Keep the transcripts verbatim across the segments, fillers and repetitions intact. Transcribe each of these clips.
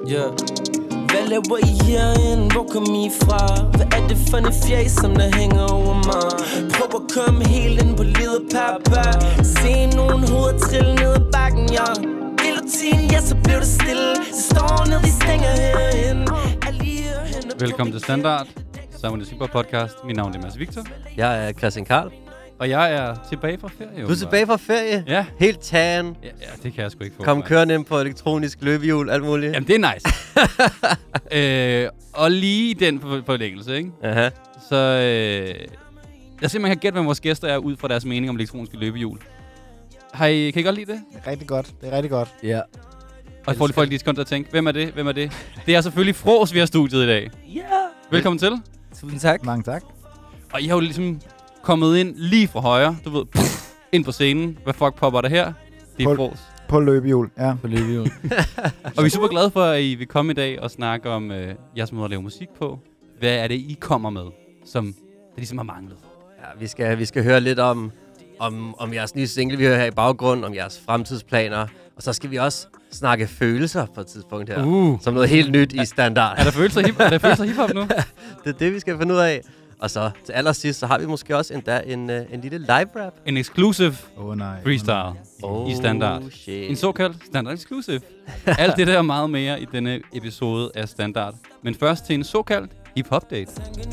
Yeah. Hvad laver I herinde? Hvor kom I fra? Hvad er det for en fjæs, som der hænger over mig? Prøv at komme helt ind på livet, papa. Se nogen hoveder trille ned ad bakken, ja. Vil du tiden, ja, så blev det stille. Så står ned, vi stænger herinde. Velkommen til Standard, Sammen med Super Podcast. Mit navn er Mads Victor. Jeg er Christian Karl. Og jeg er tilbage fra ferie. Du er tilbage fra ferie? Ja. Helt tan. Ja, ja, det kan jeg sgu ikke få. Kom kørende ind på elektronisk løbehjul, alt muligt. Jamen, det er nice. øh, og lige den på forlængelse, ikke? Aha. Så øh, jeg ser, man kan gætte, hvem vores gæster er ud fra deres mening om elektroniske løbehjul. Har I, kan I godt lide det? Det er rigtig godt. Det er rigtig godt. Ja. Og får lige folk lige sekunder til at tænke, hvem er det? Hvem er det? Det er selvfølgelig Frås, vi har studiet i dag. Ja. Velkommen til. Tusind tak. Mange tak. Og I har jo ligesom kommet ind lige fra højre, du ved, pff, ind på scenen. Hvad fuck popper der her? Det er Frås. På løbehjul, ja. På løbehjul. Og vi er super glade for, at I vil komme i dag og snakke om øh, jeres måde at lave musik på. Hvad er det, I kommer med, som det ligesom har manglet? Ja, vi skal, vi skal høre lidt om, om, om jeres nye single, vi hører her i baggrund, om jeres fremtidsplaner. Og så skal vi også snakke følelser på et tidspunkt her. Uh. Som noget helt nyt i standard. Er der følelser hip- er der følelser hiphop nu? Det er det, vi skal finde ud af. Og så til allersidst, så har vi måske også endda en, uh, en lille live-rap. En exclusive oh, nej, freestyle oh, i Standard. Shit. En såkaldt Standard Exclusive. Alt det der og meget mere i denne episode af Standard. Men først til en såkaldt hip-hop-date.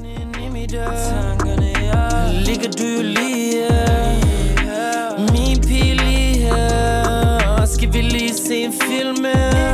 Ligger du lige her? Min pige lige her. Skal vi lige se en film her?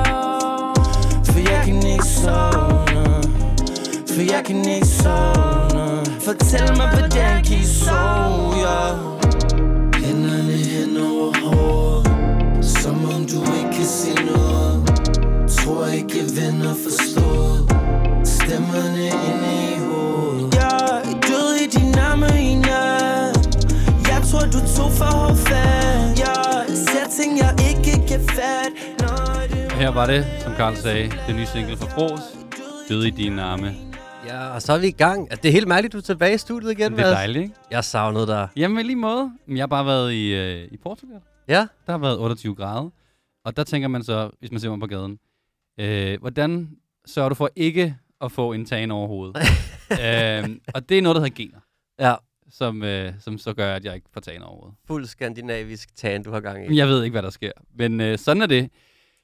For jeg kan ikke sove. For jeg kan ikke sove. Fortæl mig, hvordan kan I sove, ja? Hænderne hen over hovedet, som om du ikke kan se noget. Tror ikke, jeg vender forstået. Stemmerne inde i hovedet. Jeg er død i din arme i nat. Jeg tror, du tog for hårdt fat. Jeg ser ting, jeg ikke kan fat. Her var det, som Karl sagde, det nye single fra Frås. Død i dine arme. Ja, og så er vi i gang. Det er helt mærkeligt, du er tilbage i studiet igen, Det er dejligt, ikke? Jeg savnede dig. Jamen, i lige måde. Jeg har bare været i, øh, i Portugal. Ja? Der har været otteogtyve grader. Og der tænker man så, hvis man ser mig på gaden, øh, hvordan sørger du for ikke at få en tan over hovedet? øh, og det er noget, der hedder gener, Ja. som, øh, som så gør, at jeg ikke får tan over hovedet. Fuld skandinavisk tan, du har gang i. Men jeg ved ikke, hvad der sker. Men øh, sådan er det.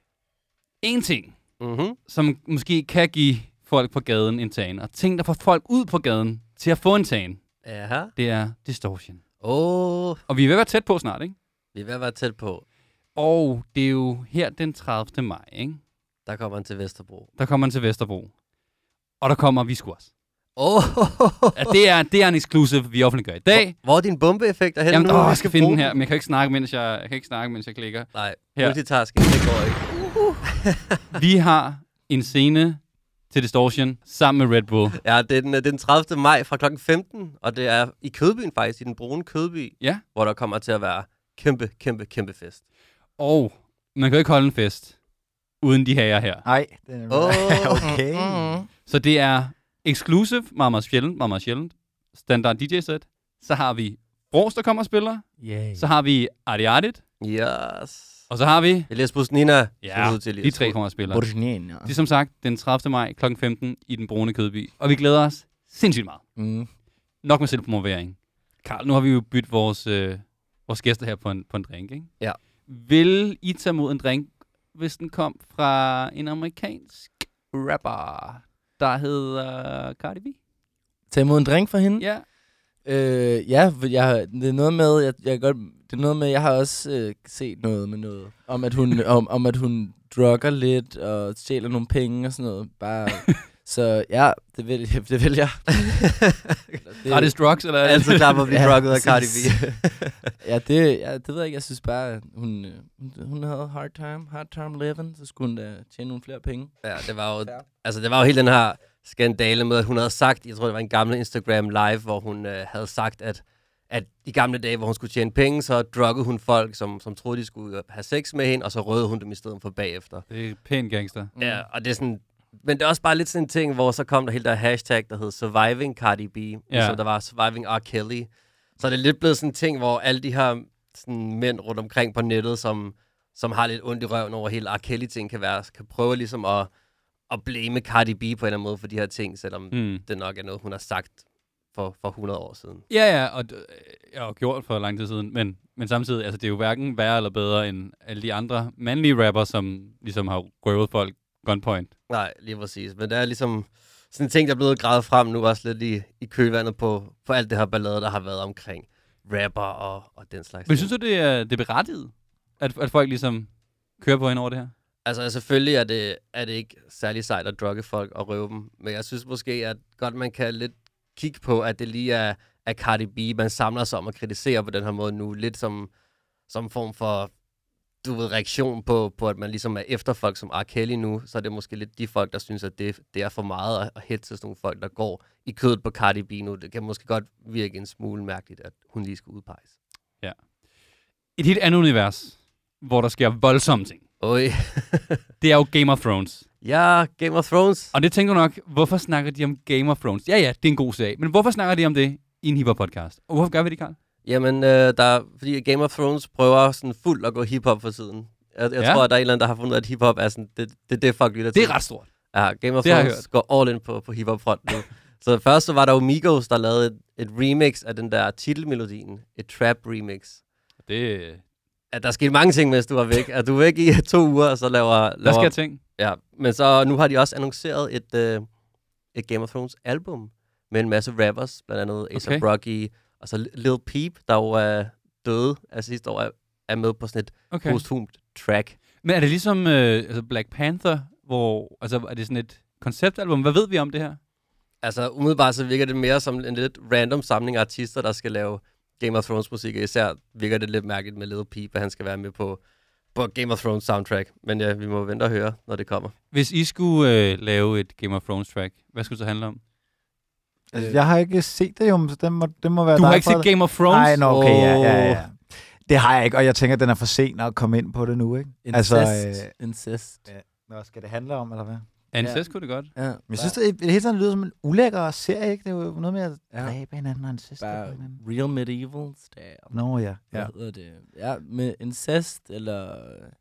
En ting, Mhm. som måske kan give folk på gaden en tan, og ting, der får folk ud på gaden til at få en tan, Aha. det er distortion. Åh, oh, Og vi er ved at være tæt på snart, ikke? vi er ved at være tæt på. Og det er jo her den tredivte maj, ikke? Der kommer han til Vesterbro. Der kommer man til Vesterbro. Og der kommer vi sgu også. Åh, oh. Ja, det, er, det er en exclusive, vi offentliggør i dag. Hvor, hvor er din bombeeffekt hen Jamen, nu? åh, Vi jeg skal finde bruge den her, men jeg kan ikke snakke, mens jeg, jeg, kan ikke snakke, mens jeg klikker. Nej, Her. multitasking, det går ikke. Vi har en scene til Distortion sammen med Red Bull. Ja, det er den, det er den tredivte maj fra klokken femten, og det er i Kødbyen faktisk, i den brune Kødby, Ja. hvor der kommer til at være kæmpe, kæmpe, kæmpe fest. Og man kan jo ikke holde en fest uden de her her. Nej, det er Åh. okay. Så det er exclusive, meget, meget sjældent, meget, meget sjældent. Standard D J-sæt. Så har vi Frås, der kommer og spiller. Yeah. Så har vi Adi Adit. Yes. Og så har vi... Elias Busnina. Ja, de tre kommer og spiller. Borgnien, ja. Det er som sagt den tredivte maj klokken femten i den brune Kødby. Og vi glæder os sindssygt meget. Mm. Nok med selvpromovering. Karl, nu har vi jo byttet vores, øh, vores gæster her på en, på en drink, ikke? Ja. Vil I tage mod en drink, hvis den kom fra en amerikansk rapper, der hedder Cardi B? Tag imod en drink fra hende? Ja. Øh, ja, jeg, det er noget med, jeg, jeg godt, det er noget med, jeg har også øh, set noget med noget om at hun, om, om at hun drugger lidt og stjæler nogle penge og sådan noget. Bare, så ja, det vil, det vil jeg. Det, Gratis drugs eller? Altid klar på at blive Ja, drugget af Cardi B. ja, det, ja, det ved jeg ikke. Jeg synes bare, at hun, øh, hun, hun havde hard time, hard time living, så skulle hun da tjene nogle flere penge. Ja, det var jo, altså det var jo helt den her skandale med, at hun havde sagt, jeg tror det var en gammel Instagram live, hvor hun øh, havde sagt, at, at i gamle dage, hvor hun skulle tjene penge, så druggede hun folk, som, som troede, de skulle have sex med hende, og så rødede hun dem i stedet for bagefter. Det er pæn gangster. Mm. Ja, og det er sådan, men det er også bare lidt sådan en ting, hvor så kom der helt der hashtag, der hed Surviving Cardi B, Ja. så der var Surviving R. Kelly. Så er det lidt blevet sådan en ting, hvor alle de her sådan, mænd rundt omkring på nettet, som som har lidt ondt i røven over hele R. Kelly-ting, kan, være, kan prøve ligesom at, at blame Cardi B på en eller anden måde for de her ting, selvom Mm. det nok er noget, hun har sagt for, for hundrede år siden. Ja, ja, og d- jeg har gjort for lang tid siden, men, men samtidig, altså det er jo hverken værre eller bedre end alle de andre mandlige rapper, som ligesom har røvet folk gunpoint. Nej, lige præcis. Men det er ligesom sådan en ting, der er blevet gravet frem nu, også lidt i, i kølvandet på, på alt det her ballade, der har været omkring rapper og, og den slags. Men ting. synes du, det er, det er berettiget, at, at folk ligesom kører på hende over det her? Altså selvfølgelig er det, er det ikke særlig sejt at drugge folk og røve dem, men jeg synes måske, at godt man kan lidt kigge på, at det lige er, er Cardi B, man samler sig om at kritisere på den her måde nu, lidt som, som form for, du ved, reaktion på, på, at man ligesom er efter folk som R. Kelly nu, så er det måske lidt de folk, der synes, at det, det er for meget at, at hætte til sådan nogle folk, der går i kødet på Cardi B nu. Det kan måske godt virke en smule mærkeligt, at hun lige skal udpeges. Ja. Et helt andet univers, hvor der sker voldsomme ting. Oj. Det er jo Game of Thrones. Ja, Game of Thrones. Og det tænker du nok, hvorfor snakker de om Game of Thrones? Ja, ja, det er en god sag. Men hvorfor snakker de om det i en hiphop-podcast? Og hvorfor gør vi det, Carl? Jamen, øh, der, fordi Game of Thrones prøver sådan fuldt at gå hiphop for siden. Jeg, jeg Ja. tror, at der er en eller anden, der har fundet, at hiphop er sådan, det, det er det, folk lytter til. Det er ret stort. Ja, Game of Det har jeg Thrones går all in på, på hiphop-fronten nu. Så først så var der jo Migos, der lavede et, et remix af den der titelmelodien. Et trap-remix. Det, At der skete mange ting, mens du var væk. At du er væk i to uger, og så laver... der laver sker ting. Ja, men så nu har de også annonceret et, øh, et Game of Thrones album med en masse rappers, blandt andet A$AP Okay. Rocky, og så Lil Peep, der jo er døde af sidste år, er, er med på sådan et Okay. posthumt track. Men er det ligesom øh, altså Black Panther, hvor altså, er det sådan et konceptalbum? Hvad ved vi om det her? Altså umiddelbart så virker det mere som en lidt random samling af artister, der skal lave Game of Thrones musik. Især virker det lidt mærkeligt med Lil Peep, at han skal være med på, på Game of Thrones soundtrack. Men ja, vi må vente og høre, når det kommer. Hvis I skulle øh, lave et Game of Thrones track, hvad skulle det så handle om? Altså, jeg har ikke set det jo, så det må, det må være Du dig, har ikke set Frederik. Game of Thrones? Nej, nå, okay, ja, ja, ja. Åh. Det har jeg ikke, og jeg tænker, at den er for sen at komme ind på det nu, ikke? Incest. Altså, øh, Incest. ja. Hvad skal det handle om, eller hvad? Ancest ja. kunne det godt. Ja, Men jeg synes, det, i det hele taget lyder som en ulækker serie, ikke? Det er jo noget med at Ja. dræbe hinanden og incest. bare og hinanden. real medieval style. Nå, ja. Hvad ja. hedder det? Ja, med incest eller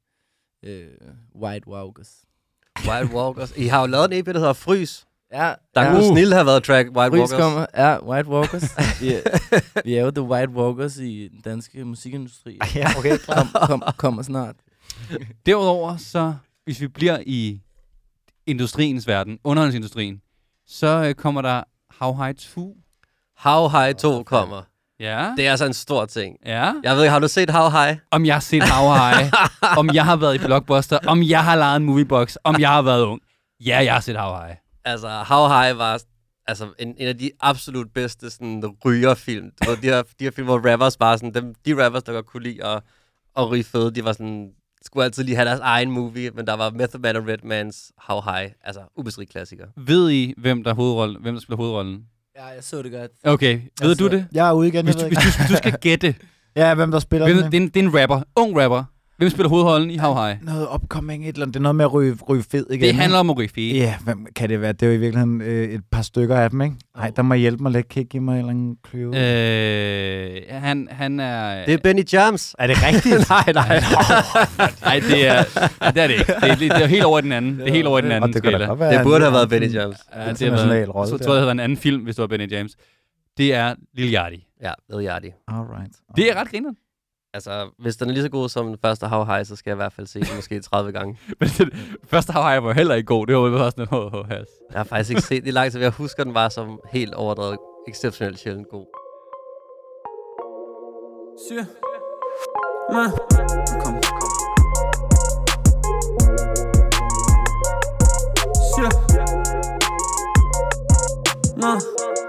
øh, White Walkers. Wild Walkers. I har jo lavet en E P, der hedder Frys. Ja, Der ja. kunne snille have været track Wild Frys Walkers. kommer. Ja, White Walkers. vi, er, vi er jo the White Walkers i den danske musikindustri. Ja, okay. Kom, kom, kommer snart. Derudover, så hvis vi bliver i industriens verden, underholdningsindustrien, så øh, kommer der How High to. How High to kommer. Ja. Det er altså en stor ting. Ja. Jeg ved ikke, har du set How High? Om jeg har set How High, om jeg har været i Blockbuster, om jeg har lejet en moviebox, om jeg har været ung. Ja, jeg har set How High. Altså, How High var altså, en, en af de absolut bedste sådan, rygerfilm. Du ved, de, her, de her film, hvor rappers bare sådan, dem, de rappers, der godt kunne lide at, at ryge fede, de var sådan, skulle altid lige have deres egen movie, men der var Method Man og Redmans How High. Altså, ubestridt klassiker. Ved I, hvem der, er hovedrollen, hvem der spiller hovedrollen? Ja, jeg så det godt. Okay, ved Altså, du det? Jeg er ude igen, Hvis jeg du, ved hvis, ikke. du, hvis du skal gætte, Ja, hvem der spiller hvem, den? det, er en, det er en rapper, ung rapper. Hvem spiller hovedrollen i How High? Noget upcoming, et eller andet. Det er noget med at ryge, ryge fed igen. Det handler om at ryge fedt. Ja, hvem kan det være? Det er jo i virkeligheden øh, et par stykker af dem, ikke? Nej, der må jeg hjælpe mig lidt. Kan I give mig en eller anden clue? Øh, han, han er... Det er Benny Jams. Er det rigtigt? nej, nej. Nej, det er, ja, det er det ikke. Det er, det er helt over i den anden. Det er helt over i den anden Og det kunne da skala. godt være, Det han- burde have været han- Benny Jams. Ja, det har international været, rolle så der. tror jeg, det havde været en anden film, hvis det var Benny James. Det er Lil Yachty. Ja, ved jeg det. Alright. Det er ret griner. Altså, hvis den er lige så god som den første How High, så skal jeg i hvert fald se den måske tredive gange. Men det første How High var heller ikke god. Det var jo også sådan en H H has. Jeg har faktisk ikke set det i lang tid, jeg husker den var som helt overdrevet, exceptionelt sjældent god. Syr. Man. Kom. Syr. Nå.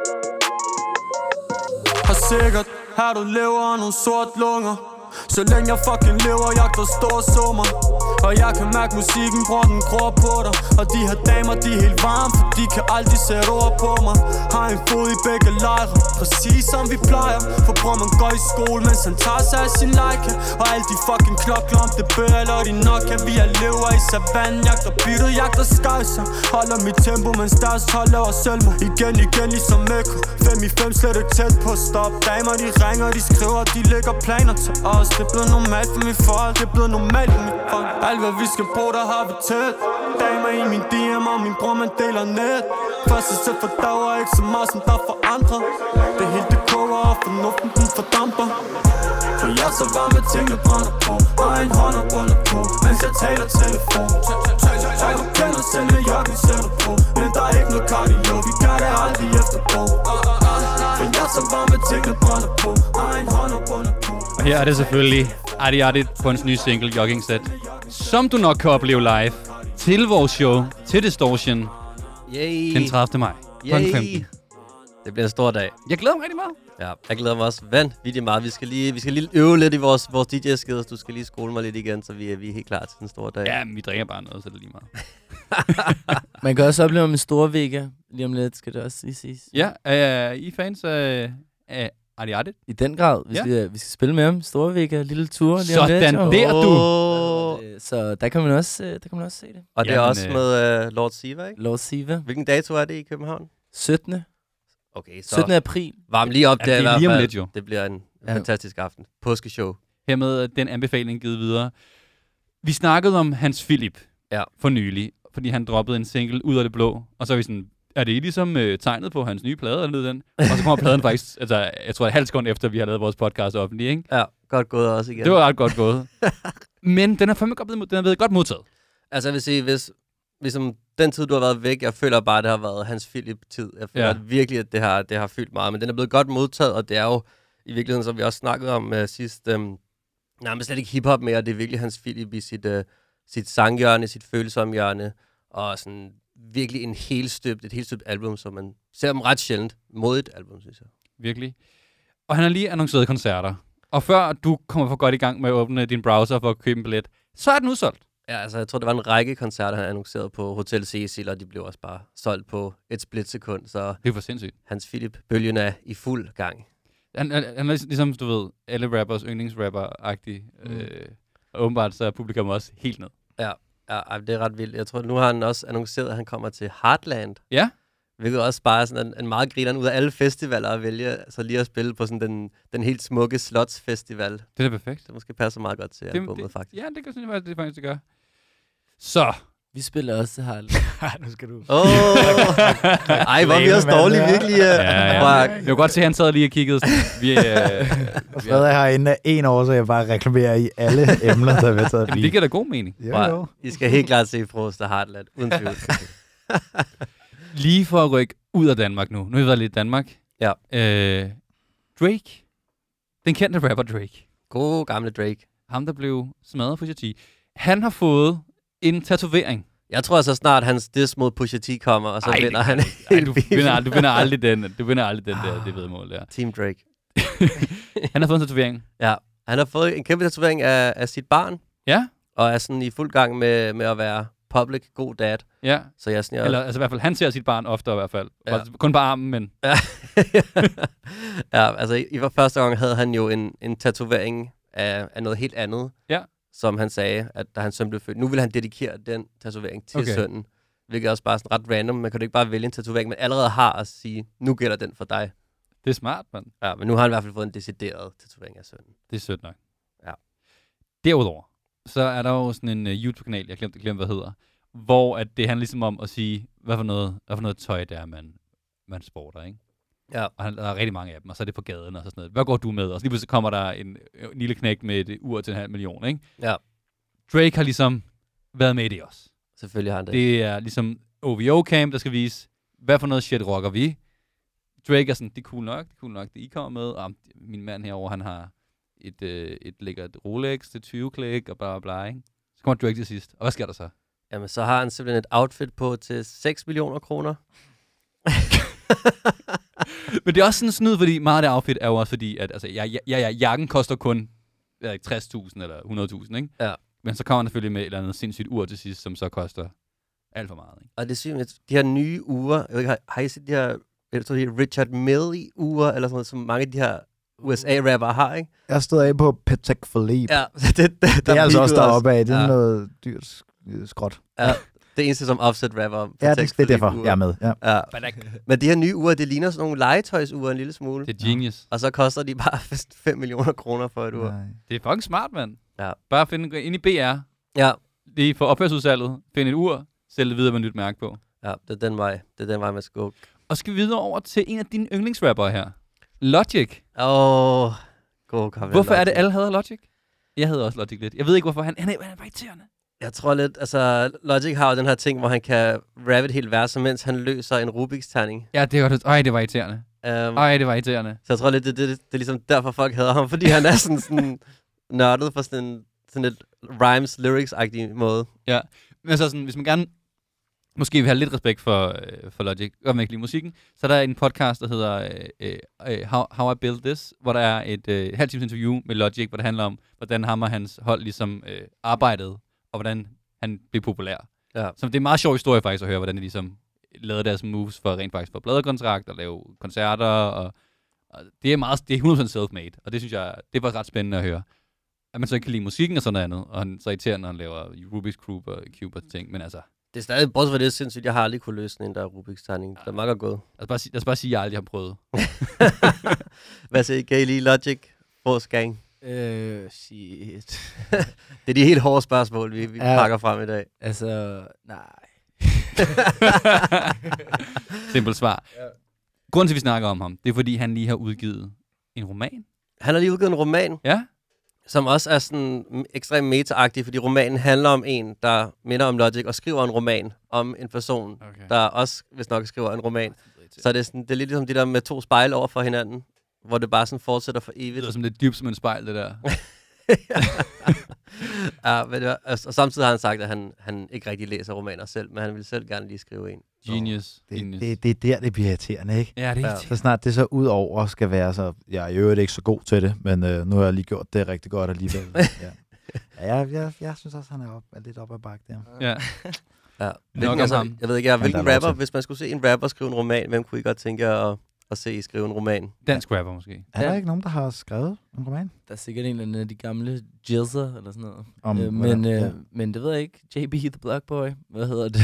Har sikkert her du lever nogle sort lunger. Så længe jeg fucking lever, jagter store summer. Og jeg kan mærke musikken, bror, den gror på dig. Og de her damer, de er helt varme, for de kan aldrig sætte ord på mig. Har en fod i begge lejre, præcis som vi plejer. For bror, man går i skole, mens han tager sig af sin like. Og alle de fucking knokler om det bøger, eller de nok kan. Vi er lever i savannen, jagter bytte, jagter skejser. Holder mit tempo, mens deres hold laver selvmord. Igen, igen, ligesom Eko. Fem i fem, slet ikke tæt på stop. Damer, de ringer, de skriver, de lægger planer til os. Det er blevet normalt for min far, det er blevet normalt for min far. Alt hvad vi skal bruge, der har vi tæt. Damer i min D M, og min bror, man deler net. Første sæt for dag er ikke så meget, som der for andre. Det hele det koger, og fornuften den fordamper. For jeg er så varm med tingene brænder på. Og en hånd og runder på, mens jeg taler telefon. Og du kender selv, at jeg kan sætte på. Men der er ikke noget cardio, vi gør det aldrig efterpå. For jeg er så varm med tingene brænder på. Og en hånd og runder på. Og her er det selvfølgelig Adi Adi på hans nye single, Jogging Set. Som du nok kan opleve live til vores show, til Distortion, Yay. den tredivte maj. klokken femten. Det bliver en stor dag. Jeg glæder mig rigtig meget. Ja, jeg glæder mig også vanvittigt meget. Vi skal lige, vi skal lige øve lidt i vores, vores D J-skills. Du skal lige skole mig lidt igen, så vi er, vi er helt klar til den store dag. Ja, men vi drikker bare noget, så det er lige meget. Man kan også opleve med store Vega. Lige om lidt skal det også lige siges. Ja, er I fans af, af Adi Adi? I den grad. Vi, Ja. skal, vi skal spille med ham. Store Vega, lille tur. Lige om lidt. Sådan jo. der, du. Oh. Så, så der kan man også, øh, der kan man også se det. Og det er Jamen, også øh, med uh, Lord Siva, ikke? Lord Siva. Hvilken dato er det i København? syttende Okay, så syttende april. varm lige op Ja, der det i er hvert lige om fald. lidt, jo. Det bliver en Ja. fantastisk aften. Påskeshow. Hermed den anbefaling givet videre. Vi snakkede om Hans Philip Ja. for nylig, fordi han droppede en single ud af det blå. Og så er vi sådan, er det ligesom øh, tegnet på hans nye plade, eller den? Og så kommer pladen faktisk, altså, jeg tror et halvt sekund efter, vi har lavet vores podcast offentlig, ikke? Ja, godt gået også igen. Det var ret godt gået. Men den er fandme godt blevet, den er blevet godt modtaget. Altså jeg vil sige, hvis, hvis om den tid, du har været væk, jeg føler bare, at det har været Hans Philip-tid. Jeg føler Ja. ja. at virkelig, at det har, det har fyldt meget. Men den er blevet godt modtaget, og det er jo i virkeligheden, som vi også snakkede om uh, sidst, um, nærmest slet ikke hiphop mere. Det er virkelig Hans Philip i sit, uh, sit sanghjørne, sit følsomme hjørne, og sådan virkelig en helstøbt, et helstøbt album, som man ser om ret sjældent. Modigt album, synes jeg. Virkelig. Og han har lige annonceret koncerter. Og før du kommer for godt i gang med at åbne din browser for at købe en billet, så er den udsolgt. Ja, altså jeg tror, der var en række koncerter, han annoncerede på Hotel Cecil, og de blev også bare solgt på et splitsekund, så Det er for sindssygt. Hans Philip-bølgen er i fuld gang. Han, han, han er ligesom, du ved, alle rappers yndlingsrapper-agtig. Mm. Øh, og åbenbart så er publikum også helt ned. Ja, ej, det er ret vildt. Jeg tror, nu har han også annonceret, at han kommer til Heartland. Ja. Hvilket også bare er sådan en, en meget grineren ud af alle festivaler at vælge, så lige at spille på sådan den, den helt smukke Slotsfestival. Det er da perfekt. Det måske passer meget godt til Det, albumet, det, faktisk. ja, det kan synes jeg, det faktisk det gør. Så. Vi spiller også til Harlem. Nu skal du... Åh! Oh, ej, hvor er vi også dårlige, virkelig. Uh, Ja, ja. Jeg kan godt se, at han sad lige og kiggede. Vi, øh, Og Frederik har inden af en år, så jeg bare reklamerer i alle emner, der er vedtaget Jamen, det giver da god mening. Jo, jo. I skal helt klart se Frost og Heartland, uden tvivl. Lige for at rykke ud af Danmark nu. Nu har vi været lidt i Danmark. Ja. Øh, Drake. Den kendte rapper Drake. God gamle Drake. Ham, der blev smadret på Pusha T. Han har fået en tatovering. Jeg tror så snart hans diss mod Pusha T kommer, og så Ej, vinder det- han Ej, du, vinder, du vinder aldrig den, du vinder aldrig den der, det vedmål der. Team Drake. Han har fået en tatovering. Ja, han har fået en kæmpe tatovering af, af sit barn, Ja, og er sådan i fuld gang med, med at være public god dad. ja. Så jeg sådan, jeg, Eller altså i hvert fald, han ser sit barn ofte i hvert fald. Ja. Ja. Kun på armen, men... Ja, ja altså i, i første gang havde han jo en, en tatovering af, af noget helt andet. Ja. Som han sagde, at da hans søn blev født. Nu vil han dedikere den tatovering til Okay. sønnen. Hvilket er også bare sådan ret random. Man kan jo ikke bare vælge en tatovering, man allerede har at sige, nu gælder den for dig. Det er smart, mand. Ja, men nu har han i hvert fald fået en decideret tatovering af sønnen. Det er sødt nok. Ja. Derudover, så er der jo sådan en uh, YouTube-kanal, jeg glemte, glemte, hvad hedder, hvor at det handler ligesom om at sige, hvad for noget, hvad for noget tøj det er, man, man sporter, ikke? Ja. Og han, der er rigtig mange af dem, og så er det på gaden og så sådan noget. Hvad går du med? Og så lige pludselig kommer der en, en lille knægt med et ur til en halv million, ikke? Ja, Drake har ligesom været med i det også. selvfølgelig har han det. Det er ligesom O V O-camp, der skal vise, hvad for noget shit rocker vi. Drake er sådan, det er cool nok, det er cool nok, det I kommer med. Og min mand herovre, han har et, øh, et lækkert Rolex til tyve klik og bla bla bla, ikke? Så kommer Drake til sidst. Og hvad sker der så? Jamen, så har han simpelthen et outfit på til seks millioner kroner. Men det er også sådan snyd, fordi meget af det outfit er jo også fordi, at altså, ja, ja, ja, jakken koster kun jeg ved ikke, tres tusind eller hundrede tusind, ikke? Ja. Men så kommer han selvfølgelig med et eller andet sindssygt ur til sidst, som så koster alt for meget. Ikke? Og det er sygt, at de her nye uger, jeg ved ikke, har, har I set de her, jeg tror, de her Richard Mille-uger, eller sådan noget, som mange af de her U S A-rappere har, ikke? Jeg stod af på Patek Philippe. Ja, det, det, det er altså også deroppe af. Det er ja. noget dyrt skråt. Ja, det eneste som Offset-rapper om. Ja, det, det er derfor, jeg er med. Ja. Ja. Men de her nye uger, det ligner sådan nogle legetøjsure en lille smule. Det er genius. Og så koster de bare fem millioner kroner for et ur. Nej. Det er fucking smart, mand. Ja. Bare finde ind i B R, Ja, lige for opførselsudsalget, finde et ur, sælge det videre med et nyt mærke på. ja, det er den vej. Det er den vej, man skal gå. Og skal vi videre over til en af dine yndlingsrappere her. Logic. Åh, oh, god kom. Hvorfor er det, alle hader Logic? Jeg hader også Logic lidt. Jeg ved ikke, hvorfor. Han, han, er, han er bare irriterende. Jeg tror lidt, altså Logic har jo den her ting, hvor han kan rappe et helt vers, mens han løser en Rubiks terning. Ja, det var det. Ej, det var irriterende. Um, Ej, det var irriterende. så jeg tror lidt, det, det, det, det er ligesom derfor, folk hader ham, fordi han er sådan, sådan nørdet på sådan en sådan et rhymes, lyrics-agtig måde. Ja, men så sådan, hvis man gerne måske vil have lidt respekt for, øh, for Logic, og man ikke lide musikken, så er der en podcast, der hedder øh, øh, How, How I Built This, hvor der er et øh, halvt times interview med Logic, hvor det handler om, hvordan ham og hans hold ligesom øh, arbejdede, og hvordan han blev populær. Ja. Så det er en meget sjov historie faktisk at høre, hvordan de ligesom lavede deres moves for rent faktisk for pladekontrakt og lave koncerter, og, og det er meget, det er hundrede procent self-made, og det synes jeg, det var ret spændende at høre. At man så ikke kan lide musikken og sådan noget andet, og han så irriterende, når han laver Rubik's Cube og Cube og ting, men altså... Det er stadig, bortset fra det, sindssygt, jeg har aldrig kunne løse en der Rubiks terning. Det er meget godt gået. Lad os bare sige, lad os bare sige at jeg aldrig har prøvet. Hvad siger I? Kan I lige Logic? Vores gang. Øh, shit. Det er de helt hårde spørgsmål, vi, vi Ja. pakker frem i dag. Altså, nej. Simpelt svar. Ja. Grunden til, at vi snakker om ham, det er, fordi han lige har udgivet en roman. Han har lige udgivet en roman, Ja? som også er sådan ekstremt meta-agtig, fordi romanen handler om en, der minder om Logic, og skriver en roman om en person, Okay. der også, hvis nok, skriver en roman. Så det er, sådan, det er lidt ligesom det der med to spejle over for hinanden, hvor det bare sådan fortsætter for Det evigt. lyder som lidt dybt som en spejl, det der. Ja, men det var, og, og samtidig har han sagt, at han, han ikke rigtig læser romaner selv, men han vil selv gerne lige skrive en. Genius. Det, Genius. det, det er der, det bliver irriterende, ikke? Ja, det er Ja. ja. Så snart det så ud over skal være så... Jeg er i øvrigt ikke så god til det, men øh, nu har jeg lige gjort det rigtig godt alligevel. ja. Ja, jeg, jeg, jeg synes også, han er, op, er lidt op ad bakke der. Ja. Ja. Nok Hvilken, om altså, ham. jeg ved ikke, jeg, Men der hvilken er lov rapper, til. hvis man skulle se en rapper skrive en roman, hvem kunne I godt tænke jer at, at se I skrive en roman? Dansk rapper måske. Er der Ja. ikke nogen, der har skrevet en roman? Der er sikkert en eller anden af de gamle Jizzer, eller sådan noget. Om, øh, hvordan- men, øh, ja. men det ved jeg ikke. J B The Black Boy. Hvad hedder det?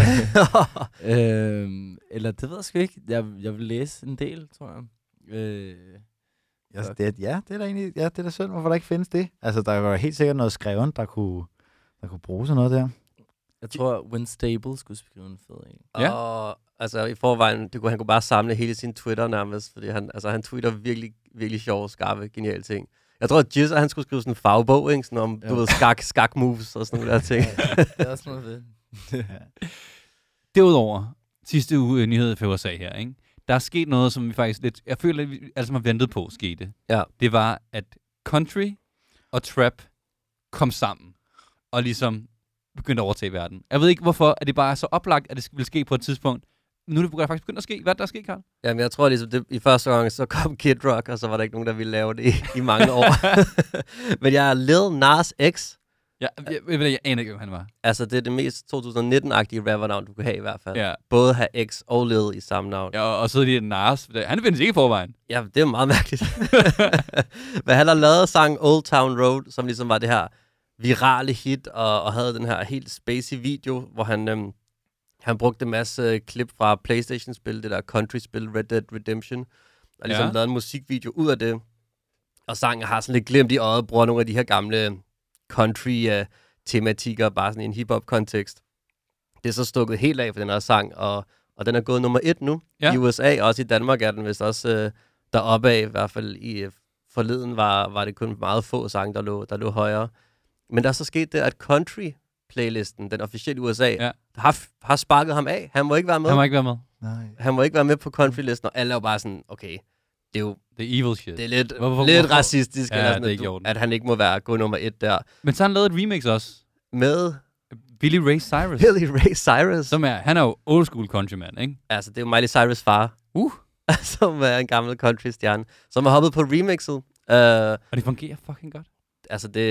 øhm, eller det ved jeg sgu ikke. Jeg, jeg vil læse en del, tror jeg. Øh, Ja, det, er- ja, det er da egentlig, ja, det er da synd, hvorfor der ikke findes det. Altså, der var helt sikkert noget skrevet, der kunne, der kunne bruge sådan noget der. jeg tror, Win Stable skulle skrive en fed en. Ja. Og altså i forvejen, det kunne, han kunne bare samle hele sin Twitter nærmest, fordi han, altså, han tweeter virkelig, virkelig sjove, skarpe, geniale ting. Jeg tror, at Jizz, han skulle skrive sådan en fagbog, ikke? Sådan om, Ja. du ved, skak, skak moves og sådan nogle der ting. Det er også noget ved. Derudover, sidste uge øh, nyhed for U S A her, ikke? Der er sket noget, som vi faktisk lidt... Jeg føler, at vi alle sammen har ventet på skete. Ja. Det var, at country og trap kom sammen og ligesom begyndte at overtage verden. Jeg ved ikke, hvorfor at det bare er så oplagt, at det vil ske på et tidspunkt. Nu er det faktisk begyndt at ske. Hvad er det, der er sket, Karl? Jamen, jeg tror ligesom, det, i første gang, så kom Kid Rock, og så var der ikke nogen, der ville lave det i, i mange år. Men jeg er Lil Nas X. Ja, jeg, jeg, jeg, jeg aner ikke, hvem han var. Altså, det er det mest to tusind nitten-agtige rappernavn, du kan have i hvert fald. Ja, Både have X og Lil i samme navn. ja og, og så er det Nas. Han findes ikke i forvejen. Ja, det er jo meget mærkeligt. Men han har lavet sang Old Town Road, som ligesom var det her virale hit, og, og havde den her helt spacey video, hvor han, øhm, han brugte en masse klip fra PlayStation-spil, det der country-spil Red Dead Redemption, og ligesom Ja. lavet en musikvideo ud af det. Og sangen har sådan lidt glemt i øjet, bruger nogle af de her gamle country-tematikker, bare sådan i en hip-hop-kontekst. Det er så stukket helt af for den her sang, og, og den er gået nummer et nu Ja. i U S A, og også i Danmark er den vist også øh, deroppe af, i hvert fald i øh, forleden var, var det kun meget få sange, der lå, der lå højere. Men der er så sket det, at country-playlisten, den officielle U S A, Ja. har, har sparket ham af. Han må ikke være med. Han må ikke være med. Nej. Han må ikke være med på country-listen, og alle er jo bare sådan, okay, det er jo Det er evil shit. det er lidt, Hvorfor- lidt hvorfor- racistisk, Ja, eller det sådan, er at, ikke i du, orden. at han ikke må være gå nummer et der. Men så har han lavet et remix også. Med Billy Ray Cyrus. Billy Ray Cyrus. Som er, han er jo old school countryman, ikke? Altså, det er jo Miley Cyrus' far. Uh. Som er en gammel country-stjerne. Som har hoppet på remixet. Uh, Og det fungerer fucking godt. altså, det,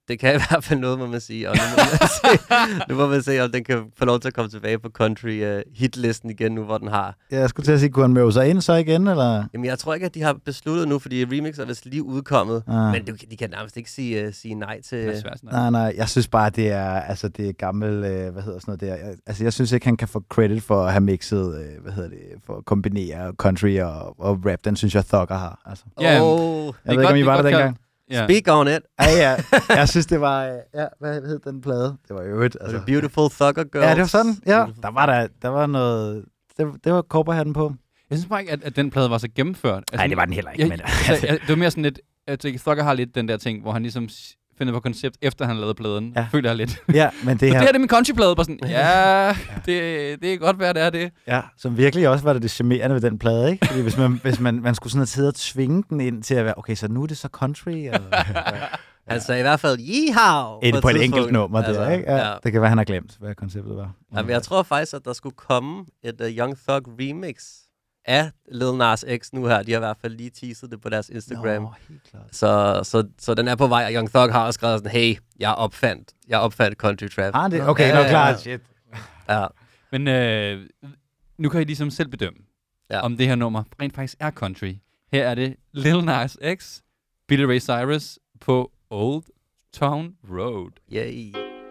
det kan i hvert fald noget, må man sige. Og nu må man se, nu må man se, om den kan få lov til at komme tilbage på country uh, hitlisten igen, nu hvor den har. Ja, jeg skulle til at sige, kunne han møde sig ind så igen, eller? Jamen, jeg tror ikke, at de har besluttet nu, fordi remix er vist lige udkommet. Ah. Men de, de kan nærmest ikke sige, uh, sige nej til... Det er svært snart. Nej, nej, jeg synes bare, det er, altså, det er gammel, øh, hvad hedder sådan noget der. Jeg, altså, jeg synes ikke, han kan få credit for at have mixet, øh, hvad hedder det, for at kombinere country og, og rap. Den synes jeg, Thugger har, altså. Ja, oh, Jeg ved godt- ikke, om I det er var der godt dengang. Ja. speak on it. Ja, ja. Jeg synes, det var, øh, ja, hvad hed den plade? Det var jo et, Altså, altså. Beautiful Thugger Girls. Ja, det var sådan, ja. Beautiful. Der var der, der var noget, det, det var cowboyhatten på. Jeg synes bare ikke, at, at den plade var så gennemført. Altså, Nej, det var den heller ikke, jeg, men- altså, jeg, det var mere sådan lidt... Jeg tænker, Thugger har lidt den der ting, hvor han ligesom s- finder på koncept, efter han lavede pladen. Ja. Ja. Føler jeg lidt. Ja, men det Det her her, det er min countryplade. Bare sådan, ja, det, det er godt være, det er det. ja, som virkelig også var det det charmerende ved den plade, ikke? Fordi hvis man, hvis man, man skulle sådan have tid at tvinge den ind til at være, okay, så nu er det så country, eller... Han sagde i hvert fald, yeehaw! Et på et tidspunkt. enkelt nummer Altså, der, ikke? Ja, ja. det kan være, han har glemt, hvad konceptet var. Jamen, jeg tror faktisk, at der skulle komme et uh, Young Thug remix af Lil Nas X nu her. De har i hvert fald lige teaset det på deres Instagram. Nå, helt klart. Så, så, så den er på vej, og Young Thug har også skrevet sådan, hey, jeg opfandt, jeg opfandt country trap. Ah, det, okay, Ja, nå, ja, klart. ja. Shit. Ja. Men øh, nu kan I ligesom selv bedømme, Ja. ja. om det her nummer rent faktisk er country. Her er det Lil Nas X, Billy Ray Cyrus på Old Town Road. Yay.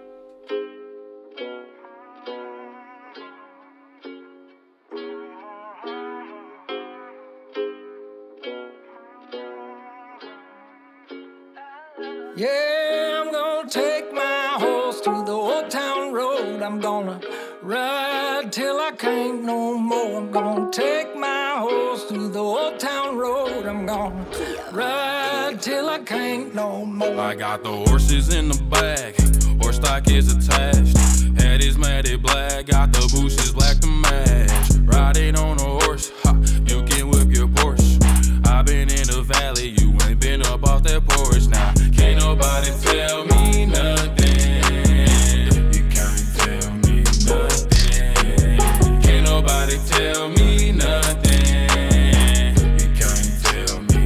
Yeah, I'm gonna take my horse through the old town road. I'm gonna ride till I can't no more. I'm gonna take my horse through the old town road. I'm gonna ride till I can't no more. I got the horses in the back, horse stock is attached. Head is matted black, got the bushes black to match. Riding on a horse, ha, you can whip your Porsche. I've been in the valley, you ain't been up off that porch. Now, can't nobody tell me nothing. You can't tell me nothing. Can't nobody tell me nothing. You can't tell me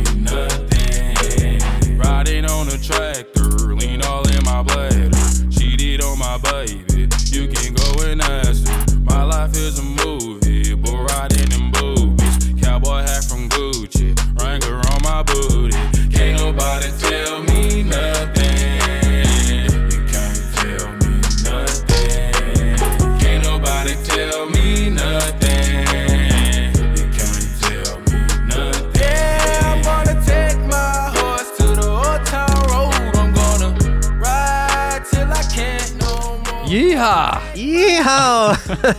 nothing. Riding on a tractor, lean all in my bladder. Cheated on my baby, you can go and ask her. My life is a movie, but riding in boobies. Cowboy hat from Gucci, Wrangler on my booty. Can't nobody tell me nothing. You can't tell me nothing. Can't nobody tell me nothing. You can't tell me nothing. Yeah, I'm gonna take my horse to the old town road. I'm gonna ride till I can't no more. Yeehaw! Yeehaw!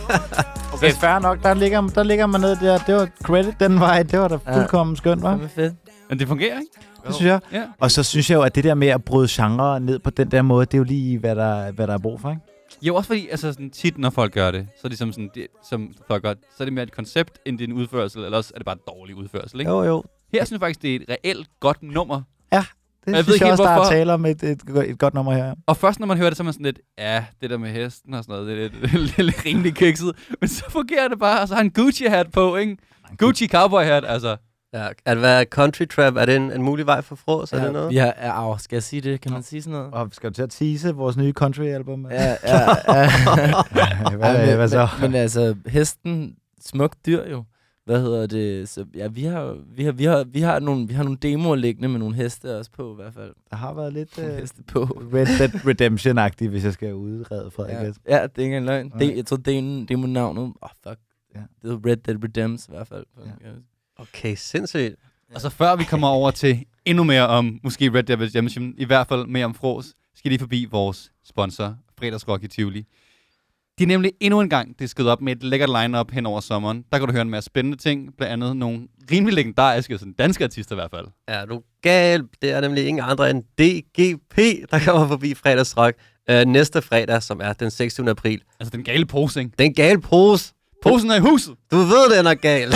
Okay, fair nok. Der ligger, der ligger man ned der. Det var credit den vej. Det var da Ja. fuldkommen skønt, hva'? Det er fedt. Men det fungerer, ikke? Det synes jeg. Ja. Og så synes jeg jo, at det der med at bryde genre ned på den der måde, det er jo lige, hvad der, hvad der er brug for, ikke? Jo, også fordi, altså sådan, tit når folk gør det, så er det som sådan, det, som folk gør, så er det mere et koncept, end det er en udførsel, eller også er det bare en dårlig udførsel, ikke? Jo, jo. Her synes jeg faktisk, det er et reelt godt nummer. Ja, det Jeg ved synes ikke jeg helt, også, der er hvorfor. tale om et, et, et godt nummer her. Og først når man hører det, så er man sådan lidt, ja, det der med hesten og sådan noget, det er lidt, lidt, lidt rimelig kikset. Men så fungerer det bare, og så har han Gucci-hat på, ikke? Gucci cowboy-hat, altså. Ja, at være country trap, er det en, en mulig vej for Frås? Er det Ja, noget? vi har, ja, au, skal jeg sige det? Kan man sige sådan noget? Og skal du til at tease vores nye country-album? Ja, ja, ja. hvad, Ej, men, hvad så? Men, men altså, hesten, smukt dyr jo. Hvad hedder det? Så, ja, vi har, vi har, vi har, vi har nogle, vi har nogle demoer liggende med nogle heste også på, i hvert fald. Der har været lidt Nogle uh, heste på. Red Dead Redemption-agtigt, hvis jeg skal udrede Frederik Ja, lidt. ja, det er ikke en løgn. Nej. Det, jeg tror, det er demo-navnet. Åh, oh, fuck. Ja. Det er Red Dead Redemption i hvert fald. Ja. Okay, sindssygt. Og så før vi kommer over til endnu mere om, måske Red Dead Redemption, i hvert fald mere om Frås, skal lige forbi vores sponsor, Fredagsrock i Tivoli. De er nemlig endnu en gang disket op med et lækkert line-up hen over sommeren. Der kan du høre en masse spændende ting, blandt andet nogle rimelig legendariske, sådan danske artister i hvert fald. Er du gal? Det er nemlig ingen andre end D G P, der kommer forbi Fredagsrock øh, næste fredag, som er den seksogtyvende april. Altså den gale pose, ikke? Den gale pose. Posen er i huset! Du ved, den er gal.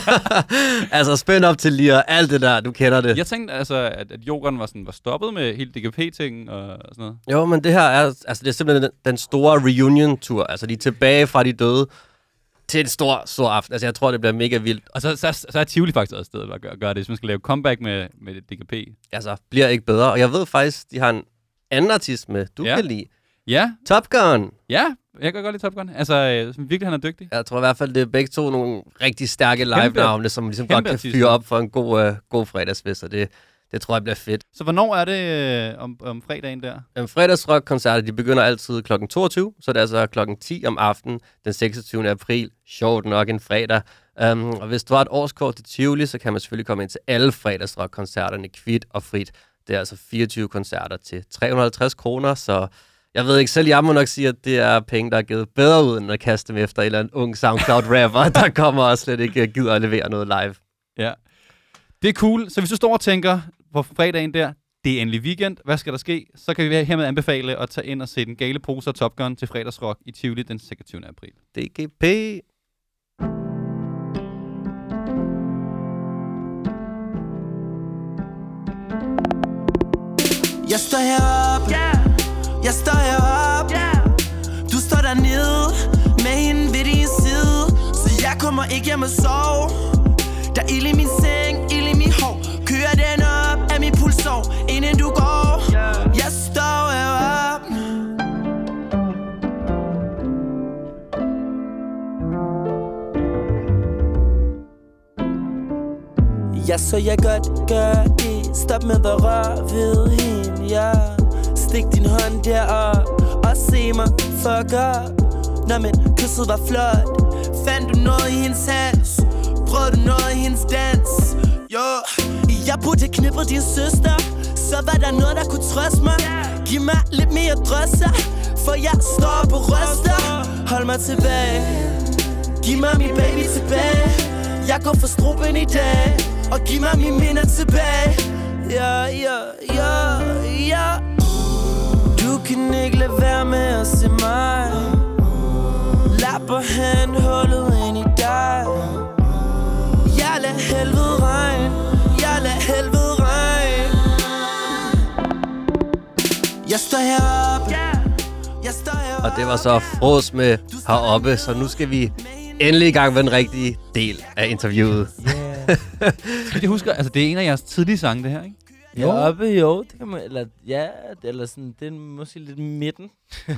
Altså, spænd op til lige og alt det der, du kender det. Jeg tænkte altså, at, at Jokeren var, sådan, var stoppet med hele D G P-tingen og, og sådan noget. Jo, men det her er, altså, det er simpelthen den, den store reunion-tur. Altså, de er tilbage fra de døde til en stor, stor aften. Altså, jeg tror, det bliver mega vildt. Og så, så, så er Tivoli faktisk også stedet at gøre, gøre det, hvis man skal lave comeback med, med D G P. Altså, bliver ikke bedre. Og jeg ved faktisk, de har en anden artist med, du Ja. kan lide. Ja, Top Gun. ja. Jeg kan godt lide Top Gun. Altså, øh, som virkelig han er dygtig. Jeg tror i hvert fald, det er begge to nogle rigtig stærke live-navne, som ligesom kæmpe godt kan artister. fyre op for en god, uh, god fredagsfest, og det, det tror jeg bliver fedt. Så hvornår er det øh, om, om fredagen der? Um, fredagsrock-koncerter, de begynder altid klokken toogtyve, så det er altså klokken ti om aftenen den seksogtyvende april. Sjovt nok en fredag. Um, og hvis du har et årskort til Tivoli, så kan man selvfølgelig komme ind til alle fredagsrock-koncerterne kvit og frit. Det er altså fireogtyve koncerter til tre hundrede og halvtreds kroner, så jeg ved ikke, selv jeg må nok sige, at det er penge, der er givet bedre ud, end at kaste dem efter en eller anden ung SoundCloud-rapper, der kommer og slet ikke gider at levere noget live. Ja. Det er cool. Så hvis du står og tænker på fredagen der, det er endelig weekend, hvad skal der ske? Så kan vi hermed anbefale at tage ind og se den gale pose af Top Gun til fredagsrock i Tivoli den seksogtyvende april. D G P. Jeg står heroppe, yeah. Jeg står heroppe, yeah. Du står dernede med hende ved din side, så jeg kommer ikke hjem og sove. Der er ild i min seng, ild i min hår. Kører den op af min pulsår, inden du går, yeah. Jeg står heroppe. Ja, så jeg godt gør det. Stop med at røre ved hende, ja. Stik din hånd derop og se mig fuck up. Nå, men kysset var flot. Fandt du noget i hendes hals? Prøvede du noget i hendes dans? Jo, jeg burde knippe din søster, så var der noget, der kunne trøste mig. Giv mig lidt mere drøsser, for jeg står på ryster. Hold mig tilbage, giv mig min baby tilbage. Jeg går for struben i dag, og giv mig mine minder tilbage. Ja, ja, ja, ja. Du kan ikke lade være med at se mig. Lapper hen hullet ind i dig. Jeg lader helvede regn. Jeg lader helvede regn. Jeg står heroppe. Jeg står heroppe. Og det var så Fros med heroppe, så nu skal vi endelig i gang med den rigtige del af interviewet. Yeah. Skal I huske, altså det er en af jeres tidlige sange, det her, ikke? Jo. Oppe, jo, det kan man, eller, ja, det, eller sådan, det er måske lidt midten. uh,